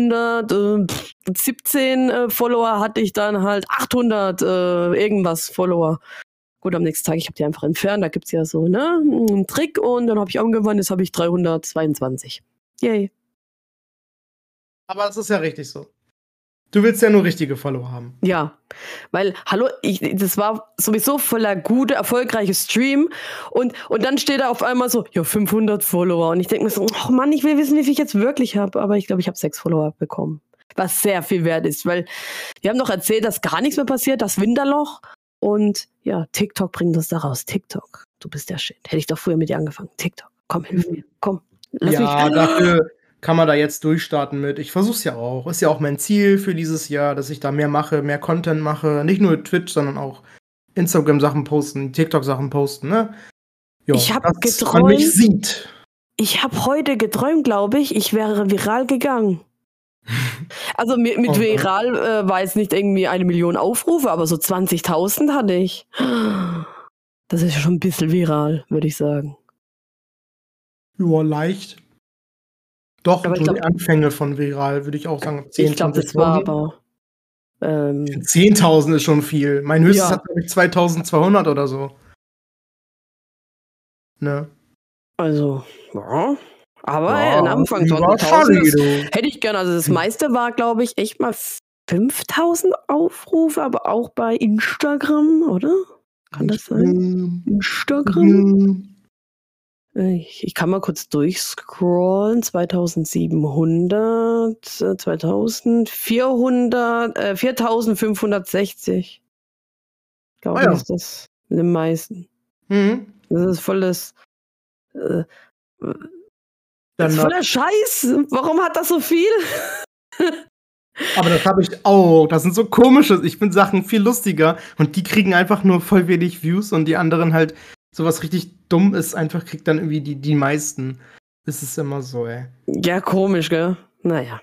317 Follower hatte ich dann halt 800 irgendwas Follower. Gut, am nächsten Tag, ich habe die einfach entfernt, da gibt's ja so, ne, einen Trick und dann habe ich irgendwann, jetzt habe ich 322. Yay. Aber es ist ja richtig so. Du willst ja nur richtige Follower haben. Ja, weil, hallo, das war sowieso voller gute, erfolgreiche Stream und dann steht da auf einmal so, ja, 500 Follower und ich denke mir so, oh Mann, ich will wissen, wie viel ich jetzt wirklich habe, aber ich glaube, ich habe 6 Follower bekommen, was sehr viel wert ist, weil wir haben doch erzählt, dass gar nichts mehr passiert, das Winterloch und ja, TikTok bringt uns da raus, TikTok, du bist der Shit, hätte ich doch früher mit dir angefangen, TikTok, komm, hilf mir, komm, lass mich. Ja, dafür kann man da jetzt durchstarten mit. Ich versuch's ja auch. Ist ja auch mein Ziel für dieses Jahr, dass ich da mehr mache, mehr Content mache. Nicht nur Twitch, sondern auch Instagram-Sachen posten, TikTok-Sachen posten, ne? Jo, ich habe dass man mich sieht. Ich habe heute geträumt, glaube ich wäre viral gegangen. Also mit viral war jetzt nicht irgendwie 1 Million Aufrufe, aber so 20.000 hatte ich. Das ist ja schon ein bisschen viral, würde ich sagen. Ja, leicht. Doch, Aber so die Anfänge von viral, würde ich auch sagen. 10, ich glaube, das war aber 10.000 ist schon viel. Mein höchstes hat, glaube ich, 2.200 oder so. Ne? Also, ja. Aber am Anfang 20.000 hätte ich gerne. Also das meiste war, glaube ich, echt mal 5.000 Aufrufe, aber auch bei Instagram, oder? Kann das sein? Instagram? Ich kann mal kurz durchscrollen. 2.700, 2.400, 4.560. Glaube ich, ist das mit dem meisten. Mhm. Das ist volles. Das ist voller Scheiß. Warum hat das so viel? Aber das habe ich auch. Das sind so komische. Ich finde Sachen viel lustiger. Und die kriegen einfach nur voll wenig Views und die anderen halt. Sowas richtig dumm ist, einfach kriegt dann irgendwie die meisten. Das ist immer so, ey. Ja, komisch, gell? Naja.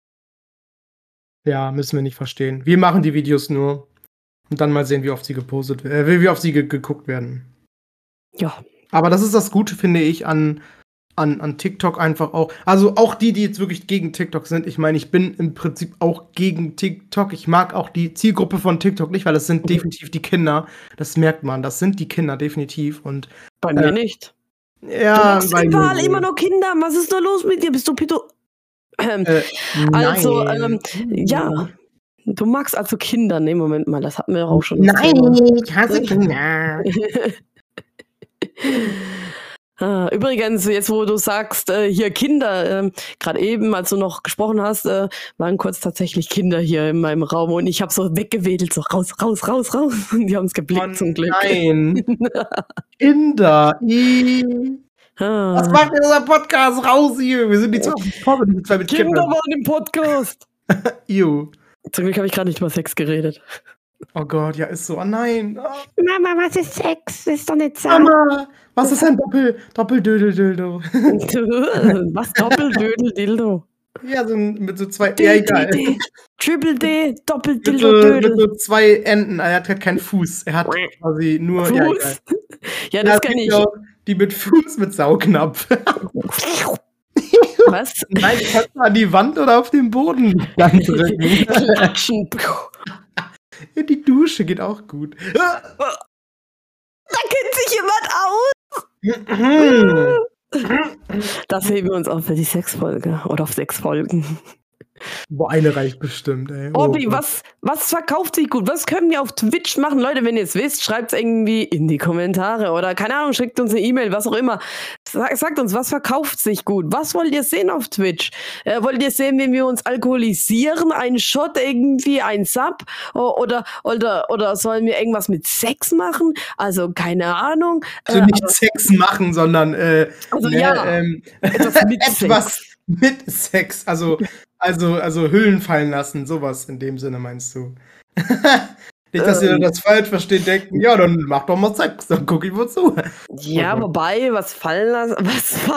Ja, müssen wir nicht verstehen. Wir machen die Videos nur. Und dann mal sehen, wie oft sie gepostet werden, wie oft sie geguckt werden. Ja. Aber das ist das Gute, finde ich, an TikTok einfach auch. Also auch die jetzt wirklich gegen TikTok sind. Ich meine, ich bin im Prinzip auch gegen TikTok. Ich mag auch die Zielgruppe von TikTok nicht, weil das sind definitiv die Kinder. Das merkt man. Das sind die Kinder definitiv. Und bei mir nicht. Ja, du magst überall immer noch Kinder. Was ist da los mit dir? Bist du Pito? Also, ja. Du magst also Kinder. Nee, Moment mal. Das hatten wir auch schon. Nein, ich hasse Kinder. Übrigens, jetzt wo du sagst, hier Kinder, gerade eben, als du noch gesprochen hast, waren kurz tatsächlich Kinder hier in meinem Raum und ich habe so weggewedelt, so raus. Und die haben es geblickt zum Glück. Nein. Kinder. Was macht denn unser Podcast raus hier? Wir sind die zwei mit Kinder Kindern. waren im Podcast. Zum Glück habe ich gerade nicht über Sex geredet. Oh Gott, ja, ist so. Oh nein. Oh. Mama, was ist Sex? Das ist doch nicht Sex. Mama, was ist ein Doppeldödel-Dildo? Was Doppeldödel-Dildo? Ja, so mit so 2. Ja, egal. Triple D, Doppeldildo-Dödel. Mit so 2 Enden. Er hat halt keinen Fuß. Er hat quasi nur. Fuß? Ja, das kann ich. Auch die mit Fuß mit Saugnapf. Was? Nein, du kannst an die Wand oder auf den Boden dann drücken. Klatschen. Ja, die Dusche geht auch gut. Da kennt sich jemand aus. Das heben wir uns auf für die 6 Folge oder auf 6 Folgen. Boah, eine reicht bestimmt, ey. Obi, was verkauft sich gut? Was können wir auf Twitch machen? Leute, wenn ihr es wisst, schreibt es irgendwie in die Kommentare oder keine Ahnung, schickt uns eine E-Mail, was auch immer. Sagt uns, was verkauft sich gut? Was wollt ihr sehen auf Twitch? Wollt ihr sehen, wenn wir uns alkoholisieren? Ein Shot irgendwie, ein Sub? Oder sollen wir irgendwas mit Sex machen? Also, keine Ahnung. Also nicht Sex machen, sondern etwas mit Sex. Mit Sex. Also Hüllen fallen lassen, sowas in dem Sinne meinst du. Nicht, dass ihr das falsch versteht, denken, ja, dann mach doch mal Sex, dann guck ich wohl zu. Ja, wobei, was fallen lassen?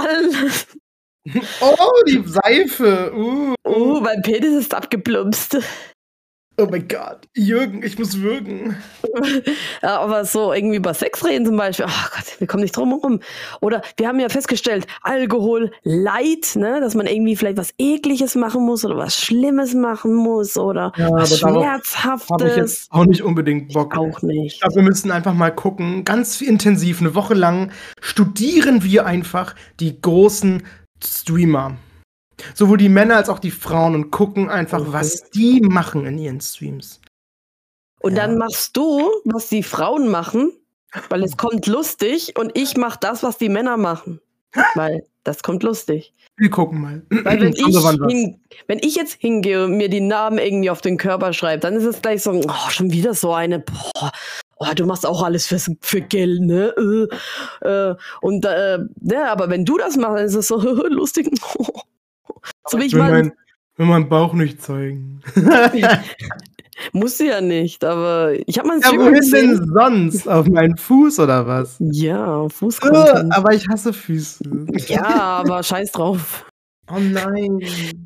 Oh, die Seife. Mein Penis ist abgeplumpst. Oh mein Gott, Jürgen, ich muss würgen. Ja, aber so irgendwie über Sex reden zum Beispiel, ach Gott, wir kommen nicht drum herum. Oder wir haben ja festgestellt, Alkohol light, ne, dass man irgendwie vielleicht was Ekliges machen muss oder was Schlimmes machen muss oder was Schmerzhaftes. Habe ich jetzt auch nicht unbedingt Bock. Auch nicht. Ich glaube, wir müssen einfach mal gucken, ganz intensiv, eine Woche lang studieren wir einfach die großen Streamer. Sowohl die Männer als auch die Frauen und gucken einfach, was die machen in ihren Streams. Und dann machst du, was die Frauen machen, weil es kommt lustig und ich mach das, was die Männer machen. Weil das kommt lustig. Wir gucken mal. Weil wenn ich jetzt hingehe und mir die Namen irgendwie auf den Körper schreibe, dann ist es gleich so, schon wieder so eine, du machst auch alles für Geld, ne? Aber wenn du das machst, dann ist es so lustig. So wie ich will meinen Bauch nicht zeigen. Musst du ja nicht, aber ich habe mal einen Stream gesehen. Wohin denn sonst? Auf meinen Fuß oder was? Ja, Fußcontent. Aber ich hasse Füße. Ja, aber scheiß drauf. Oh nein.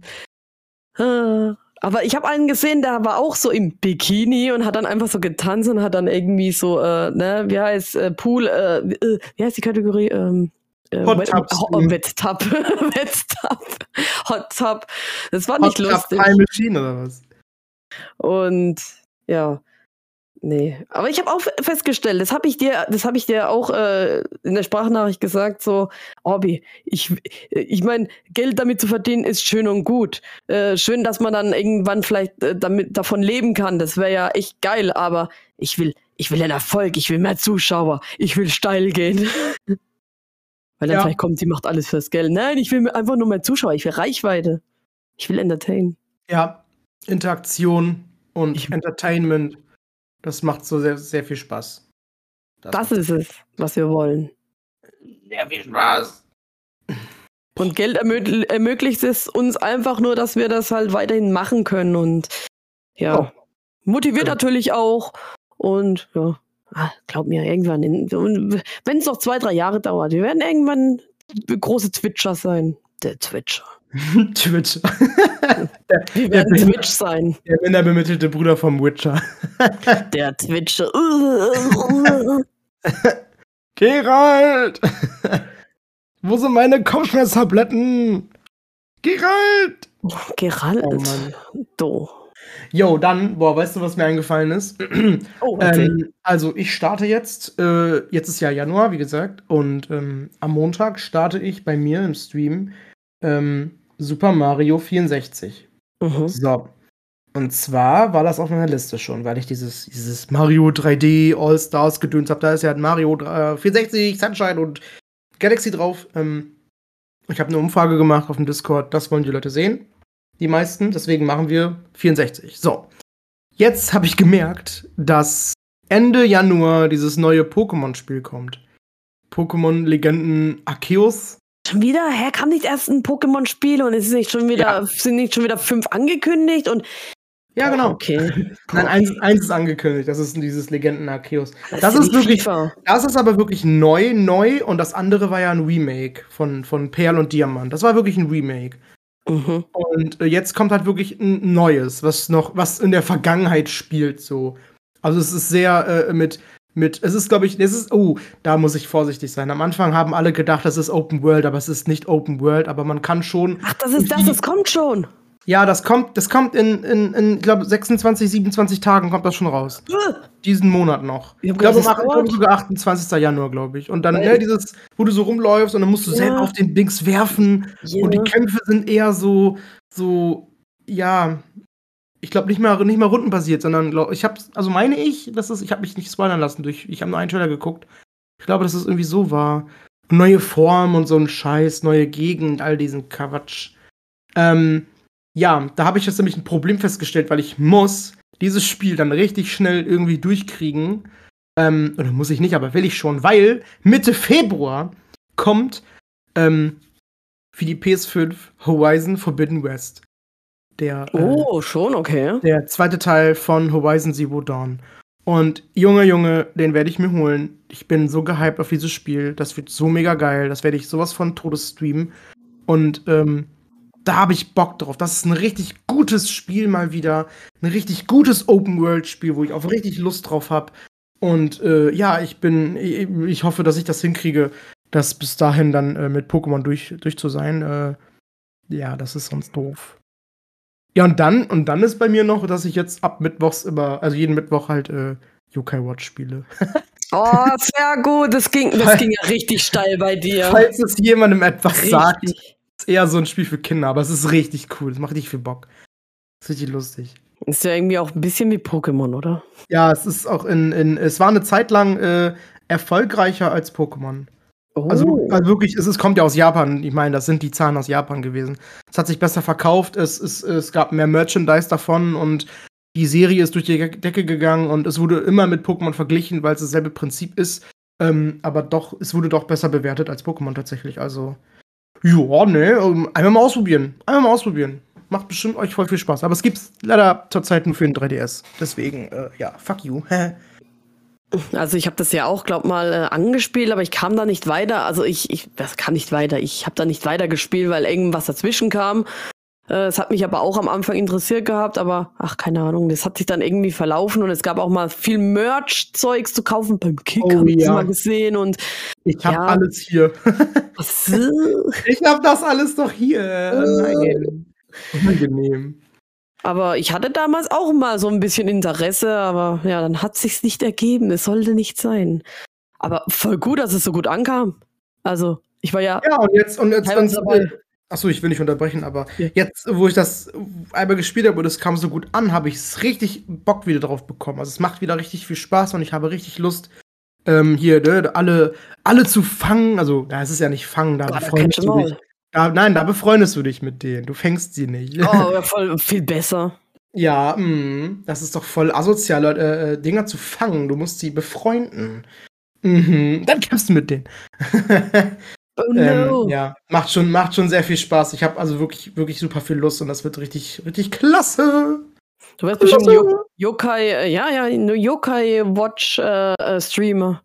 Aber ich habe einen gesehen, der war auch so im Bikini und hat dann einfach so getanzt und hat dann irgendwie so, wie heißt Pool, wie heißt die Kategorie? Hot Tub. Wet-Tub. Hot Tub. Das war nicht lustig. Hot Tub Time Machine oder was? Und ja, nee. Aber ich habe auch festgestellt, das habe ich dir auch in der Sprachnachricht gesagt, so, Orbi, ich meine, Geld damit zu verdienen ist schön und gut. Schön, dass man dann irgendwann vielleicht davon leben kann. Das wäre ja echt geil, aber ich will einen Erfolg, ich will mehr Zuschauer, ich will steil gehen. Weil dann vielleicht kommt, sie macht alles fürs Geld. Nein, ich will einfach nur mehr Zuschauer, ich will Reichweite. Ich will entertain. Ja, Interaktion und Entertainment, das macht so sehr, sehr viel Spaß. Das ist es, was wir wollen. Sehr viel Spaß. Und Geld ermöglicht es uns einfach nur, dass wir das halt weiterhin machen können und motiviert natürlich auch und glaub mir, irgendwann, wenn es noch 2-3 Jahre dauert, wir werden irgendwann große Twitcher sein. Der Twitcher. Twitcher. Wir werden Twitch sein. Der minderbemittelte Bruder vom Witcher. Der Twitcher. Geralt! Wo sind meine Kopfschmerztabletten? Geralt! Geralt? Oh Mann. Do. Jo, dann, weißt du, was mir eingefallen ist? Also, ich starte jetzt ist ja Januar, wie gesagt, und am Montag starte ich bei mir im Stream Super Mario 64. So. Und zwar war das auf meiner Liste schon, weil ich dieses Mario 3D All-Stars Gedöns habe. Da ist ja Mario 64, Sunshine und Galaxy drauf. Ich habe eine Umfrage gemacht auf dem Discord, das wollen die Leute sehen. Die meisten, deswegen machen wir 64. So. Jetzt habe ich gemerkt, dass Ende Januar dieses neue Pokémon-Spiel kommt. Pokémon Legenden Arceus. Schon wieder? Kam nicht erst ein Pokémon-Spiel und sind nicht schon wieder 5 angekündigt und. Ja, genau. Okay. Nein, eins ist angekündigt. Das ist dieses Legenden Arceus. Das ist aber wirklich neu und das andere war ja ein Remake von Perl und Diamant. Das war wirklich ein Remake. Und jetzt kommt halt wirklich ein neues, was in der Vergangenheit spielt, so. Also es ist sehr es ist, glaube ich, da muss ich vorsichtig sein. Am Anfang haben alle gedacht, das ist Open World, aber es ist nicht Open World, aber man kann schon. Ach, das kommt schon. Ja, das kommt in ich glaube, 26, 27 Tagen kommt das schon raus. Diesen Monat noch. Ich glaube, sogar 28. Januar, glaube ich. Und dann, dieses, wo du so rumläufst und dann musst du selber auf den Dings werfen. Ja. Und die Kämpfe sind eher so ja, ich glaube nicht mal rundenbasiert, sondern ich habe mich nicht spoilern lassen ich habe nur einen Trailer geguckt. Ich glaube, dass es irgendwie so war. Neue Form und so ein Scheiß, neue Gegend, all diesen Quatsch. Ja, da habe ich jetzt nämlich ein Problem festgestellt, weil ich muss dieses Spiel dann richtig schnell irgendwie durchkriegen. Oder muss ich nicht, aber will ich schon, weil Mitte Februar kommt für die PS5 Horizon Forbidden West. Schon, okay. Der zweite Teil von Horizon Zero Dawn. Und Junge, den werde ich mir holen. Ich bin so gehypt auf dieses Spiel. Das wird so mega geil. Das werde ich sowas von Todes streamen. Und da habe ich Bock drauf. Das ist ein richtig gutes Spiel mal wieder. Ein richtig gutes Open-World-Spiel, wo ich auch richtig Lust drauf habe. Und ja, ich hoffe, dass ich das hinkriege, das bis dahin dann mit Pokémon durch zu sein. Ja, das ist sonst doof. Ja, und dann ist bei mir noch, dass ich jetzt ab Mittwochs also jeden Mittwoch halt Yokai Watch spiele. Oh, sehr gut. Das ging ja richtig steil bei dir. Falls es jemandem etwas sagt, ist eher so ein Spiel für Kinder, aber es ist richtig cool. Das macht richtig viel Bock. Das ist richtig lustig. Ist ja irgendwie auch ein bisschen wie Pokémon, oder? Ja, es ist auch es war eine Zeit lang erfolgreicher als Pokémon. Oh. Also wirklich, es kommt ja aus Japan. Ich meine, das sind die Zahlen aus Japan gewesen. Es hat sich besser verkauft, es gab mehr Merchandise davon und die Serie ist durch die Decke gegangen und es wurde immer mit Pokémon verglichen, weil es dasselbe Prinzip ist. Aber doch, es wurde doch besser bewertet als Pokémon tatsächlich. Also, ja, ne, einmal mal ausprobieren. Macht bestimmt euch voll viel Spaß. Aber es gibt's leider zurzeit nur für den 3DS. Deswegen, ja, fuck you. Also ich habe das ja auch, glaub mal, angespielt, aber ich kam da nicht weiter. Also das kann nicht weiter. Ich habe da nicht weiter gespielt, weil irgendwas dazwischen kam. Es hat mich aber auch am Anfang interessiert gehabt, aber keine Ahnung, das hat sich dann irgendwie verlaufen und es gab auch mal viel Merch-Zeugs zu kaufen beim Kick, hab ich mal gesehen und ich habe alles hier. Ich habe das alles doch hier. Nein. Unangenehm. Aber ich hatte damals auch mal so ein bisschen Interesse, aber ja, dann hat sich's nicht ergeben. Es sollte nicht sein. Aber voll gut, dass es so gut ankam. Also, ich war ja. Ja, und jetzt achso, ich will nicht unterbrechen, aber jetzt, wo ich das einmal gespielt habe und es kam so gut an, habe ich es richtig Bock wieder drauf bekommen. Also es macht wieder richtig viel Spaß und ich habe richtig Lust, hier, alle zu fangen. Also, da ist es ja nicht fangen, da befreundest du dich. Da befreundest du dich mit denen. Du fängst sie nicht. Oh, aber voll viel besser. Ja, das ist doch voll asozial, Dinger zu fangen. Du musst sie befreunden. Dann kämpfst du mit denen. Oh no. Ja, macht schon sehr viel Spaß. Ich habe also wirklich, wirklich super viel Lust und das wird richtig, richtig klasse. Du wirst bestimmt Yokai, Yokai Watch Streamer.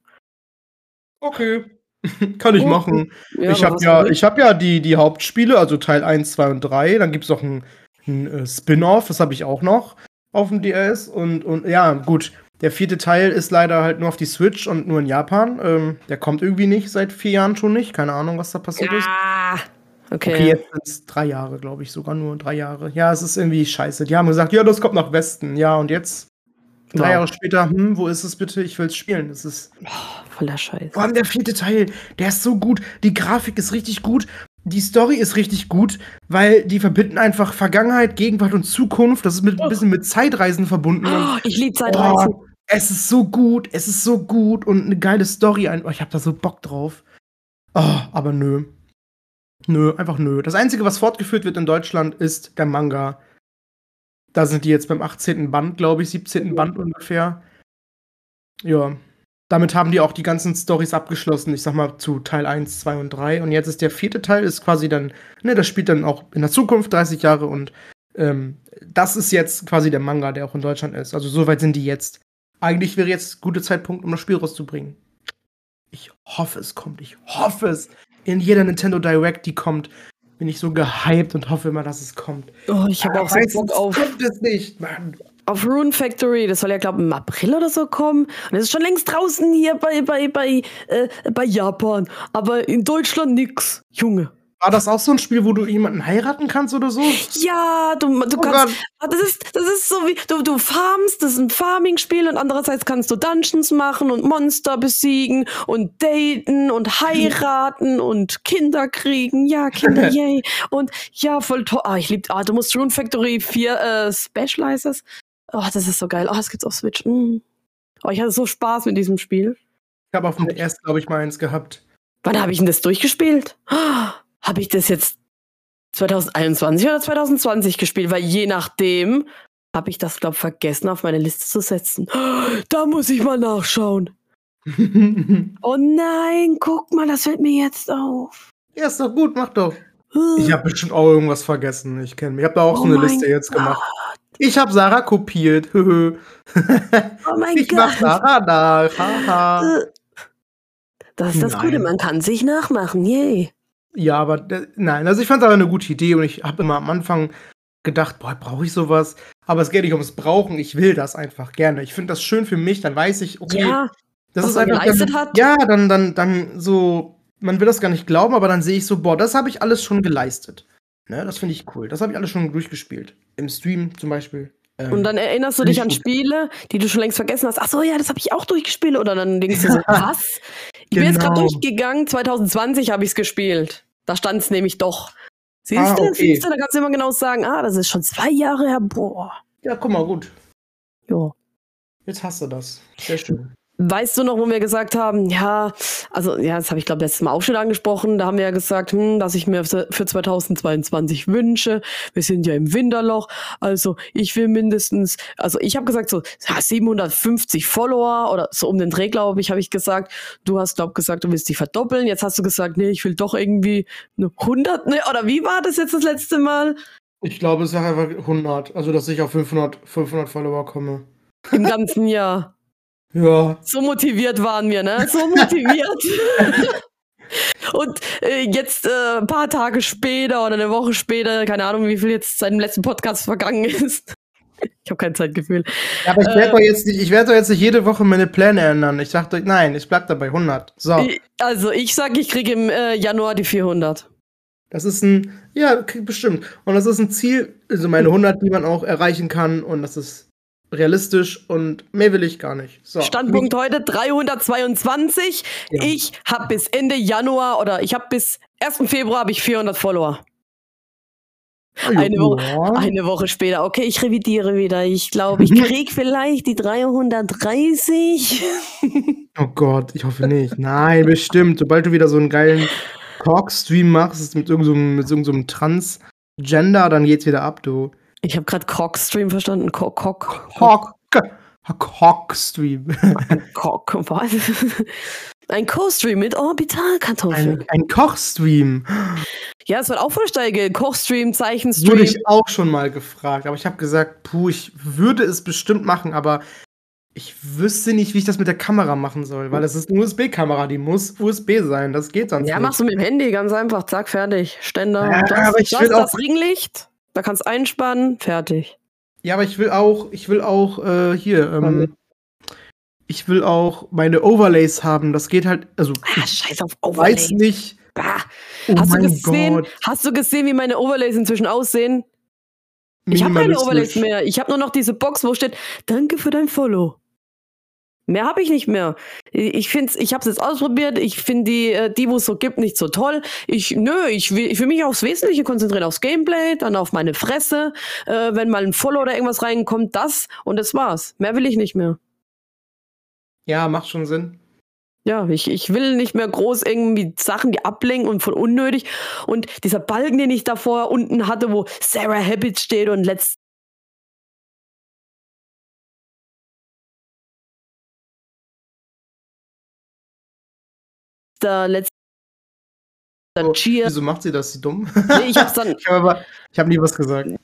Okay. Kann ich machen. Ja, ich hab ja die Hauptspiele, also Teil 1, 2 und 3. Dann gibt's noch ein Spin-off, das habe ich auch noch auf dem DS. Und ja, gut. Der 4. Teil ist leider halt nur auf die Switch und nur in Japan. Der kommt irgendwie nicht, seit 4 Jahren schon nicht. Keine Ahnung, was da passiert ist. Okay, jetzt sind es 3 Jahre, glaube ich, sogar nur 3 Jahre. Ja, es ist irgendwie scheiße. Die haben gesagt, ja, das kommt nach Westen. Ja, und jetzt, 3 Jahre später, wo ist es bitte? Ich will's spielen. Das ist voller Scheiße. Vor allem der 4. Teil, der ist so gut. Die Grafik ist richtig gut. Die Story ist richtig gut, weil die verbinden einfach Vergangenheit, Gegenwart und Zukunft. Das ist ein bisschen mit Zeitreisen verbunden. Ich liebe Zeitreisen. Es ist so gut und eine geile Story. Ich hab da so Bock drauf. Aber nö. Nö, einfach nö. Das Einzige, was fortgeführt wird in Deutschland, ist der Manga. Da sind die jetzt beim 18. Band, glaube ich, 17. Band ungefähr. Ja. Damit haben die auch die ganzen Storys abgeschlossen, ich sag mal, zu Teil 1, 2 und 3. Und jetzt ist der 4. Teil, ist quasi dann, das spielt dann auch in der Zukunft 30 Jahre und das ist jetzt quasi der Manga, der auch in Deutschland ist. Also so weit sind die jetzt. Eigentlich wäre jetzt ein guter Zeitpunkt, um das Spiel rauszubringen. Ich hoffe, es kommt. Ich hoffe es. In jeder Nintendo Direct, die kommt, bin ich so gehypt und hoffe immer, dass es kommt. Ich habe auch so Bock auf. Kommt es nicht, Mann. Auf Rune Factory, das soll ja, glaube ich, im April oder so kommen. Und es ist schon längst draußen hier bei Japan. Aber in Deutschland nix. Junge. War das auch so ein Spiel, wo du jemanden heiraten kannst oder so? Ja, du Oh kannst, Gott. das ist so wie, du farmst, das ist ein Farming-Spiel und andererseits kannst du Dungeons machen und Monster besiegen und daten und heiraten und Kinder kriegen. Ja, Kinder, yay. Und ja, voll toll. Ich lieb, du musst Rune Factory 4 Specializes. Oh, das ist so geil. Das gibt's auf Switch. Ich hatte so Spaß mit diesem Spiel. Ich habe auf dem DS, glaube ich, mal eins gehabt. Wann habe ich denn das durchgespielt? Habe ich das jetzt 2021 oder 2020 gespielt? Weil je nachdem habe ich das, glaube ich, vergessen, auf meine Liste zu setzen. Da muss ich mal nachschauen. Oh nein, guck mal, das fällt mir jetzt auf. Ja, ist doch gut, mach doch. Ich habe bestimmt auch irgendwas vergessen. Ich kenne mich. Ich habe da auch so eine Liste jetzt gemacht. Ich habe Sarah kopiert. Oh mein Ich Gott. mach Sarah nach. Haha. Das ist das Gute, man kann sich nachmachen. Yay. Ja, aber nein, also ich fand es aber eine gute Idee und ich habe immer am Anfang gedacht, boah, brauche ich sowas? Aber es geht nicht ums Brauchen, ich will das einfach gerne. Ich finde das schön für mich, dann weiß ich, okay, Ja, das was ist man einfach geleistet dann, hat. ja, dann so, man will das gar nicht glauben, aber dann sehe ich so, boah, das habe ich alles schon geleistet. Ne, das finde ich cool. Das habe ich alles schon durchgespielt. Im Stream zum Beispiel. Und dann erinnerst du dich an Spiele, die du schon längst vergessen hast. Ach so, ja, das habe ich auch durchgespielt. Oder dann denkst du so, was? Ich bin jetzt gerade durchgegangen, 2020 habe ich es gespielt. Da stand es nämlich doch. Siehst du, okay. da kannst du immer genau sagen, das ist schon 2 Jahre her, boah. Ja, guck mal, gut. Jo. Jetzt hast du das. Sehr schön. Weißt du noch, wo wir gesagt haben, das habe ich glaube letztes Mal auch schon angesprochen, da haben wir ja gesagt, dass ich mir für 2022 wünsche, wir sind ja im Winterloch, also ich will mindestens, also ich habe gesagt so 750 Follower oder so um den Dreh, glaube ich, habe ich gesagt. Du hast, glaube ich, gesagt, du willst die verdoppeln, jetzt hast du gesagt, nee, ich will doch irgendwie eine 100, oder wie war das jetzt das letzte Mal? Ich glaube, es wäre einfach 100, also dass ich auf 500 Follower komme. Im ganzen Jahr. Ja. So motiviert waren wir, ne? So motiviert. Und jetzt ein paar Tage später oder eine Woche später, keine Ahnung, wie viel jetzt seit dem letzten Podcast vergangen ist. Ich habe kein Zeitgefühl. Ja, aber ich werde doch jetzt nicht jede Woche meine Pläne ändern. Ich dachte, nein, ich bleib dabei 100. So. Also ich sage, ich kriege im Januar die 400. Das ist bestimmt. Und das ist ein Ziel, also meine 100, die man auch erreichen kann. Und das ist realistisch und mehr will ich gar nicht. So. Standpunkt heute 322. Ja. Ich habe bis Ende Januar oder ich habe bis 1. Februar habe ich 400 Follower. Eine Woche später. Okay, ich revidiere wieder. Ich glaube, ich krieg vielleicht die 330. Oh Gott, ich hoffe nicht. Nein, bestimmt. Sobald du wieder so einen geilen Cock-Stream machst mit irgendeinem Transgender, dann geht's wieder ab, du. Ich habe gerade Cock-Stream verstanden. Cock-Stream. Cock, was? Ein Co-Stream mit Orbitalkartoffeln. Ein Kochstream. Ja, es wird auch voll steil. Kochstream, Zeichenstream. Wurde ich auch schon mal gefragt, aber ich habe gesagt, ich würde es bestimmt machen, aber ich wüsste nicht, wie ich das mit der Kamera machen soll, weil es ist eine USB-Kamera, die muss USB sein, das geht sonst nicht. Ja, machst du mit dem Handy, ganz einfach, zack, fertig, Ständer. Ja, aber ich will das Ringlicht, da kannst du einspannen, fertig. Ja, aber ich will auch ich will auch meine Overlays haben, das geht halt, also scheiß auf Overlays. Weiß nicht. Oh hast du gesehen, wie meine Overlays inzwischen aussehen? Ich habe keine Overlays mehr. Ich habe nur noch diese Box, wo steht, danke für dein Follow. Mehr habe ich nicht mehr. Ich habe es jetzt ausprobiert. Ich finde die wo es so gibt, nicht so toll. Ich will mich aufs Wesentliche konzentrieren, aufs Gameplay, dann auf meine Fresse. Wenn mal ein Follow oder irgendwas reinkommt, das und das war's. Mehr will ich nicht mehr. Ja, macht schon Sinn. Ja, ich will nicht mehr groß irgendwie Sachen, die ablenken und voll unnötig. Und dieser Balken, den ich davor unten hatte, wo Sarah Habit steht und Cheer. Wieso macht sie das, sie dumm? Nee, ich habe nie was gesagt.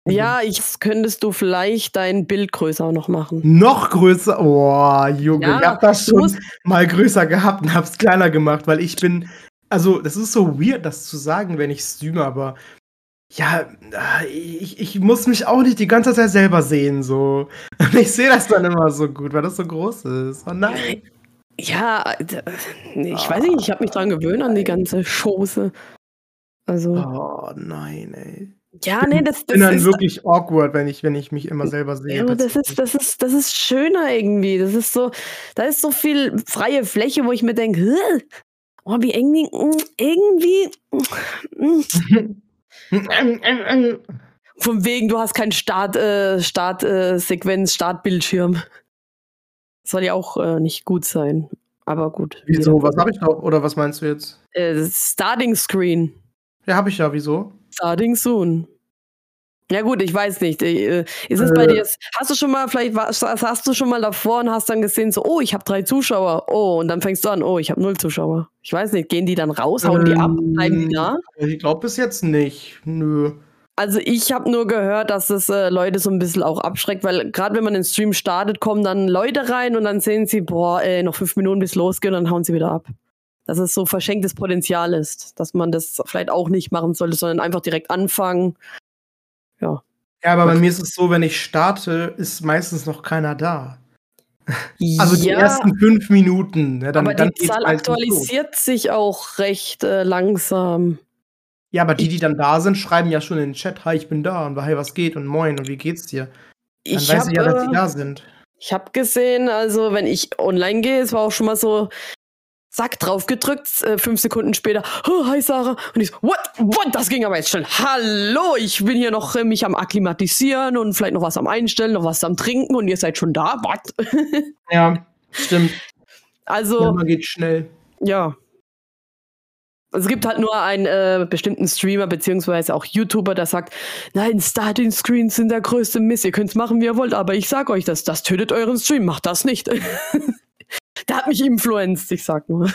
Ja, könntest du vielleicht dein Bild größer noch machen. Noch größer? Oh, Junge, Ja, ich hab das schon mal größer gehabt und hab's kleiner gemacht, weil ich bin, also das ist so weird, das zu sagen, wenn ich streame, aber ja, ich muss mich auch nicht die ganze Zeit selber sehen, so. Und ich sehe das dann immer so gut, weil das so groß ist. Oh nein. Ja, ich weiß nicht, ich habe mich dran gewöhnt an die ganze Chose. Also. Oh nein, ey. Ja, nee, das bin dann ist wirklich awkward, wenn ich mich immer selber sehe. ja, aber das ist schöner irgendwie. Das ist so, da ist so viel freie Fläche, wo ich mir denke, oh, wie irgendwie. Von wegen, du hast keinen Startsequenz, Startbildschirm. Soll ja auch nicht gut sein. Aber gut. Wieso? Was habe ich da? Oder was meinst du jetzt? Starting Screen. Ja, habe ich ja. Wieso? Starting soon. Ja gut, ich weiß nicht. Ist es bei dir? Hast du schon mal davor und hast dann gesehen, so, oh, ich habe 3 Zuschauer. Oh, und dann fängst du an, oh, ich habe 0 Zuschauer. Ich weiß nicht, gehen die dann raus, hauen die ab, bleiben die da? Ich glaube bis jetzt nicht. Nö. Also ich habe nur gehört, dass es Leute so ein bisschen auch abschreckt, weil gerade wenn man den Stream startet, kommen dann Leute rein und dann sehen sie, boah, noch 5 Minuten bis losgeht und dann hauen sie wieder ab. Dass es so verschenktes Potenzial ist, dass man das vielleicht auch nicht machen sollte, sondern einfach direkt anfangen. Ja. Ja, aber bei mir ist es so, wenn ich starte, ist meistens noch keiner da. Also die ersten 5 Minuten. Ja, aber die Zahl aktualisiert sich auch recht langsam. Ja, aber die dann da sind, schreiben ja schon in den Chat, hi, ich bin da und hey, was geht und moin und wie geht's dir? Dann weiß ich ja, dass die da sind. Ich habe gesehen, also wenn ich online gehe, es war auch schon mal so, zack, drauf gedrückt, 5 Sekunden später, oh, hi Sarah. Und ich so, what, das ging aber jetzt schnell. Hallo, ich bin hier noch mich am akklimatisieren und vielleicht noch was am Einstellen, noch was am Trinken und ihr seid schon da, what? Ja, stimmt. Also, ja, man geht schnell. Ja. Es gibt halt nur einen bestimmten Streamer beziehungsweise auch YouTuber, der sagt, nein, Starting Screens sind der größte Mist, ihr könnt's machen, wie ihr wollt, aber ich sag euch, das tötet euren Stream, macht das nicht. Der hat mich influenced, ich sag nur.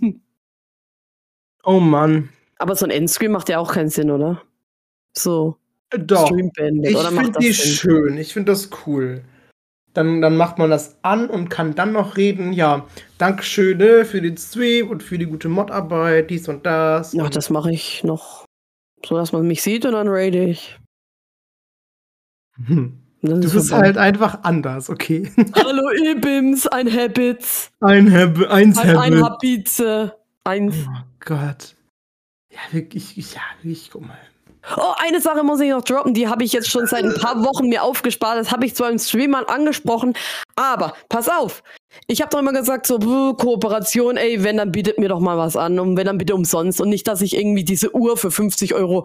Oh Mann. Aber so ein Endscreen macht ja auch keinen Sinn, oder? So. Doch. Ich finde die schön. Ich finde das cool. Dann macht man das an und kann dann noch reden. Ja, Dankeschön für den Stream und für die gute Modarbeit, dies und das. Ja, das mache ich noch. So, dass man mich sieht und dann rate ich. Du bist halt einfach anders, okay? Hallo Ibims, ein Habits. Ein Habits. Eins. Oh Gott. Ja, wirklich, guck mal. Oh, eine Sache muss ich noch droppen, die habe ich jetzt schon seit ein paar Wochen mir aufgespart. Das habe ich zwar im Stream mal angesprochen, aber pass auf. Ich habe doch immer gesagt, so, Kooperation, ey, wenn, dann bietet mir doch mal was an und wenn, dann bitte umsonst und nicht, dass ich irgendwie diese Uhr für 50 Euro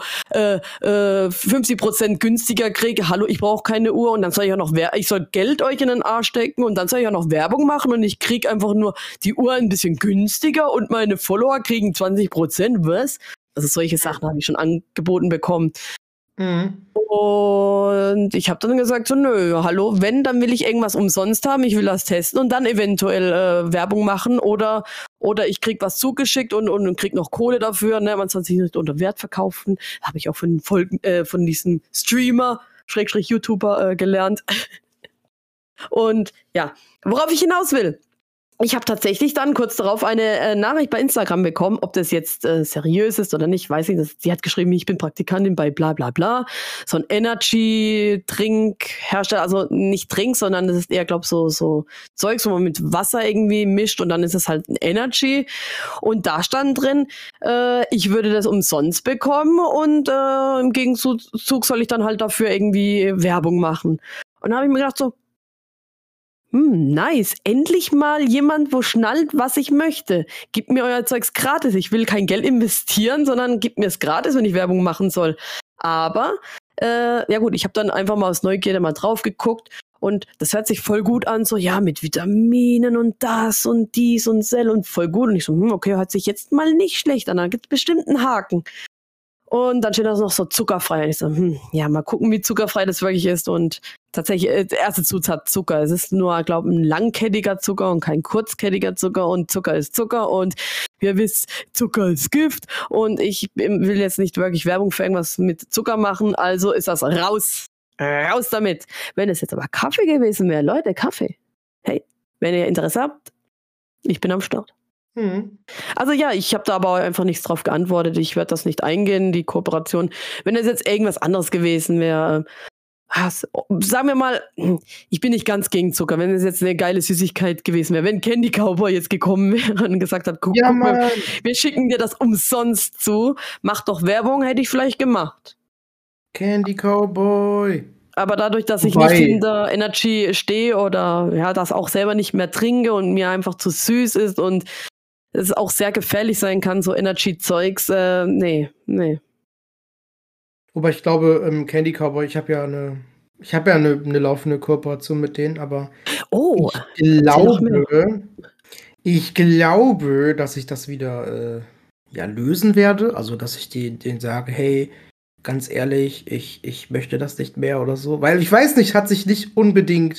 50% günstiger kriege. Hallo, ich brauche keine Uhr und dann soll ich auch noch ich soll Geld euch in den Arsch stecken und dann soll ich auch noch Werbung machen und ich kriege einfach nur die Uhr ein bisschen günstiger und meine Follower kriegen 20%, was? Also solche Sachen habe ich schon angeboten bekommen. Mhm. Und ich habe dann gesagt, so nö, hallo, wenn, dann will ich irgendwas umsonst haben, ich will das testen und dann eventuell Werbung machen oder ich krieg was zugeschickt und krieg noch Kohle dafür, ne, man soll sich nicht unter Wert verkaufen. Habe ich auch von diesem Streamer, / YouTuber gelernt. Und ja, worauf ich hinaus will. Ich habe tatsächlich dann kurz darauf eine Nachricht bei Instagram bekommen, ob das jetzt seriös ist oder nicht, weiß ich nicht. Sie hat geschrieben, ich bin Praktikantin bei bla bla bla. So ein Energy-Trinkhersteller, also nicht Trink, sondern das ist eher, glaube ich, so Zeugs, wo man mit Wasser irgendwie mischt und dann ist es halt ein Energy. Und da stand drin, ich würde das umsonst bekommen und im Gegenzug soll ich dann halt dafür irgendwie Werbung machen. Und da habe ich mir gedacht so, nice. Endlich mal jemand, wo schnallt, was ich möchte. Gebt mir euer Zeugs gratis. Ich will kein Geld investieren, sondern gebt mir es gratis, wenn ich Werbung machen soll. Aber, ja gut, ich habe dann einfach mal aus Neugierde mal drauf geguckt und das hört sich voll gut an, so ja, mit Vitaminen und das und dies und Sell und voll gut. Und ich so, okay, hört sich jetzt mal nicht schlecht an, da gibt's bestimmt einen Haken. Und dann steht da noch so zuckerfrei. Und ich so, ja, mal gucken, wie zuckerfrei das wirklich ist. Und tatsächlich, erste Zutat Zucker. Es ist nur, glaube ich, ein langkettiger Zucker und kein kurzkettiger Zucker. Und Zucker ist Zucker. Und wie ihr wisst, Zucker ist Gift. Und ich will jetzt nicht wirklich Werbung für irgendwas mit Zucker machen. Also ist das raus. Raus damit. Wenn es jetzt aber Kaffee gewesen wäre, Leute, Kaffee. Hey, wenn ihr Interesse habt, ich bin am Start. Also ja, ich habe da aber einfach nichts drauf geantwortet. Ich werde das nicht eingehen, die Kooperation. Wenn es jetzt irgendwas anderes gewesen wäre, sagen wir mal, ich bin nicht ganz gegen Zucker. Wenn es jetzt eine geile Süßigkeit gewesen wäre, wenn Candy Cowboy jetzt gekommen wäre und gesagt hat, guck mal, wir schicken dir das umsonst zu, mach doch Werbung, hätte ich vielleicht gemacht. Candy Cowboy. Aber dadurch, dass ich nicht hinter Energy stehe oder ja, das auch selber nicht mehr trinke und mir einfach zu süß ist und es auch sehr gefährlich sein kann, so Energy-Zeugs, nee. Wobei ich glaube, Candy Cowboy, ich habe ja eine laufende Kooperation mit denen, aber ich glaube, dass ich das wieder lösen werde. Also, dass ich denen sage, hey, ganz ehrlich, ich möchte das nicht mehr oder so. Weil ich weiß nicht, hat sich nicht unbedingt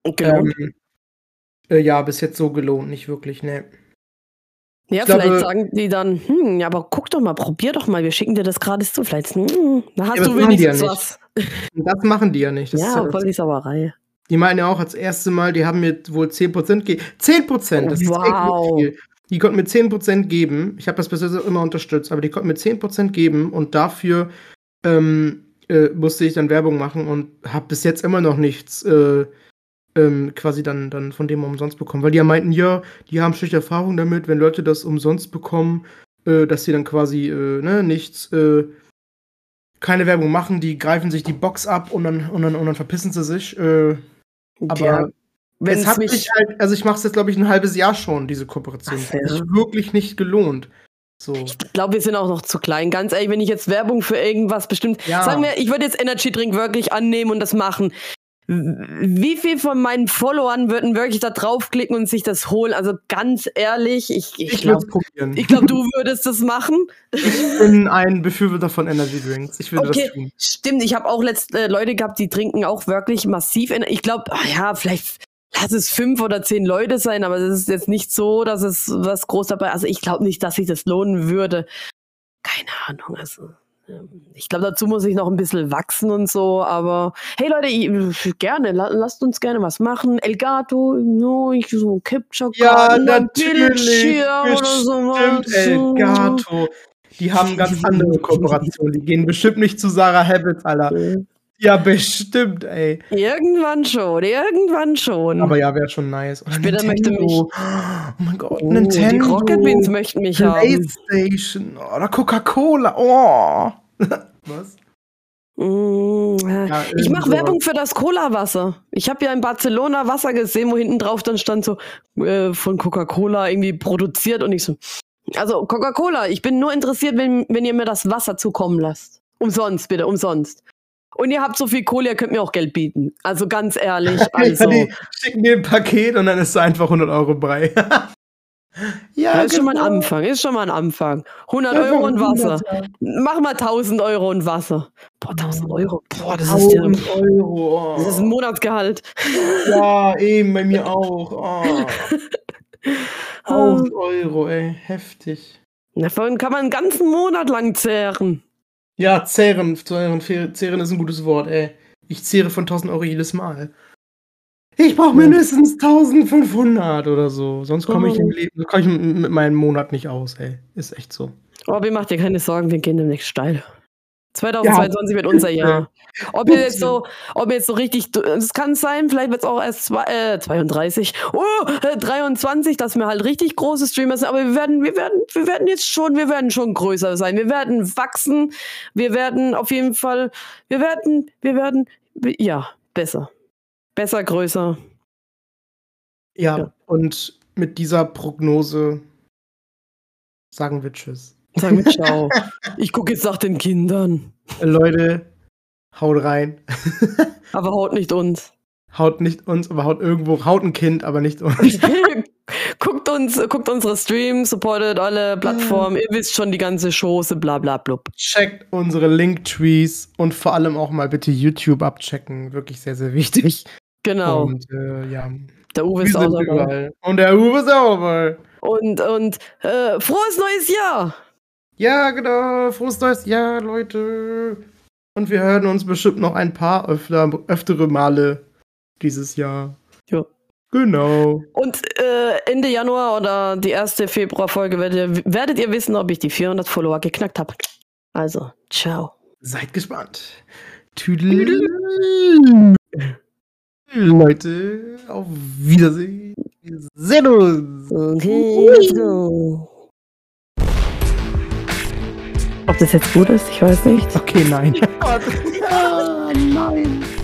bis jetzt so gelohnt, nicht wirklich, ne. Ja, vielleicht sagen die dann, aber guck doch mal, probier doch mal, wir schicken dir das gratis zu, vielleicht, da hast du wenigstens was. Das machen die ja nicht. Das ja, voll die Sauerei. Die meinen ja auch als erste Mal, die haben mir wohl 10% gegeben. 10%, das ist echt viel. Die konnten mir 10% geben. Ich habe das bisher immer unterstützt, aber die konnten mir 10% geben und dafür musste ich dann Werbung machen und habe bis jetzt immer noch nichts quasi dann von dem umsonst bekommen. Weil die ja meinten, ja, die haben schlechte Erfahrungen damit, wenn Leute das umsonst bekommen, dass sie dann quasi nichts, keine Werbung machen, die greifen sich die Box ab und dann verpissen sie sich. Aber es hat mich halt, also ich mache es jetzt, glaube ich, ein halbes Jahr schon, diese Kooperation. Das hat sich wirklich nicht gelohnt. So. Ich glaube, wir sind auch noch zu klein. Ganz ehrlich, wenn ich jetzt Werbung für irgendwas bestimmt, sagen wir, ich würde jetzt Energy Drink wirklich annehmen und das machen. Wie viel von meinen Followern würden wirklich da draufklicken und sich das holen? Also ganz ehrlich, ich würde es probieren. Ich glaube, du würdest das machen. Ich bin ein Befürworter von Energy Drinks. Ich würde das tun. Stimmt. Ich habe auch Leute gehabt, die trinken auch wirklich massiv. Ich glaube, vielleicht lass es 5 oder 10 Leute sein, aber das ist jetzt nicht so, dass es was groß dabei ist. Also ich glaube nicht, dass sich das lohnen würde. Keine Ahnung, also ich glaube, dazu muss ich noch ein bisschen wachsen und so, aber hey Leute, gerne, lasst uns gerne was machen. Elgato, so Kipchoge, ja, natürlich, oder sowas. Elgato. Die haben ganz andere Kooperationen. Die gehen bestimmt nicht zu Sarah Habits, Alter. Ja, bestimmt, ey. Irgendwann schon. Aber ja, wäre schon nice. Oder später möchte mich. Oh mein Gott, Nintendo. Die Rocket Beans möchten mich haben. PlayStation oder Coca-Cola. Oh. Was? Ich mache Werbung für das Cola-Wasser. Ich habe ja in Barcelona Wasser gesehen, wo hinten drauf dann stand so von Coca-Cola irgendwie produziert und ich so. Also Coca-Cola, ich bin nur interessiert, wenn ihr mir das Wasser zukommen lasst. Umsonst, bitte, umsonst. Und ihr habt so viel Kohle, ihr könnt mir auch Geld bieten. Also ganz ehrlich. Also. Die schicken dir ein Paket und dann ist da einfach 100 Euro Brei. Ja, ist schon mal ein Anfang. 100 Euro und Wasser. Mach mal 1000 Euro und Wasser. Boah, 1000 Euro. Boah, das ist ja. 1000 Euro. Das ist ein Monatsgehalt. Ja, eben, bei mir auch. Oh. 1000 Euro, ey, heftig. Davon kann man einen ganzen Monat lang zehren. Ja, zehren ist ein gutes Wort, ey. Ich zehre von 1000 Euro jedes Mal. Ich brauche mindestens 1500 oder so. Sonst komme ich mit meinem Monat nicht aus, ey. Ist echt so. Robby, mach dir keine Sorgen, wir gehen demnächst steil. 2022 wird unser Jahr. Ob ihr jetzt so richtig, es kann sein, vielleicht wird es auch erst 23, 23, dass wir halt richtig große Streamer sind, aber wir werden schon größer sein. Wir werden wachsen, wir werden auf jeden Fall, wir werden besser. Besser, größer. Ja, und mit dieser Prognose sagen wir Tschüss. Sagen wir Ciao. Ich gucke jetzt nach den Kindern. Leute, haut rein. Aber haut nicht uns. Haut nicht uns, aber haut ein Kind, aber nicht uns. guckt unsere Streams, supportet alle Plattformen, ihr wisst schon die ganze Chose, bla bla blub. Checkt unsere Linktrees und vor allem auch mal bitte YouTube abchecken. Wirklich sehr, sehr wichtig. Genau. Und ja. Der Uwe ist auch dabei. Und der Uwe ist auch dabei. Und frohes neues Jahr! Ja, genau. Frohes neues Jahr, Leute. Und wir hören uns bestimmt noch ein paar öftere Male dieses Jahr. Ja. Genau. Und Ende Januar oder die erste Februarfolge werdet ihr wissen, ob ich die 400 Follower geknackt habe. Also, ciao. Seid gespannt. Tüdel. Leute, auf Wiedersehen. Wir sehen uns. Okay, let's go. Ob das jetzt gut ist, ich weiß nicht. Okay, nein. Ah, nein.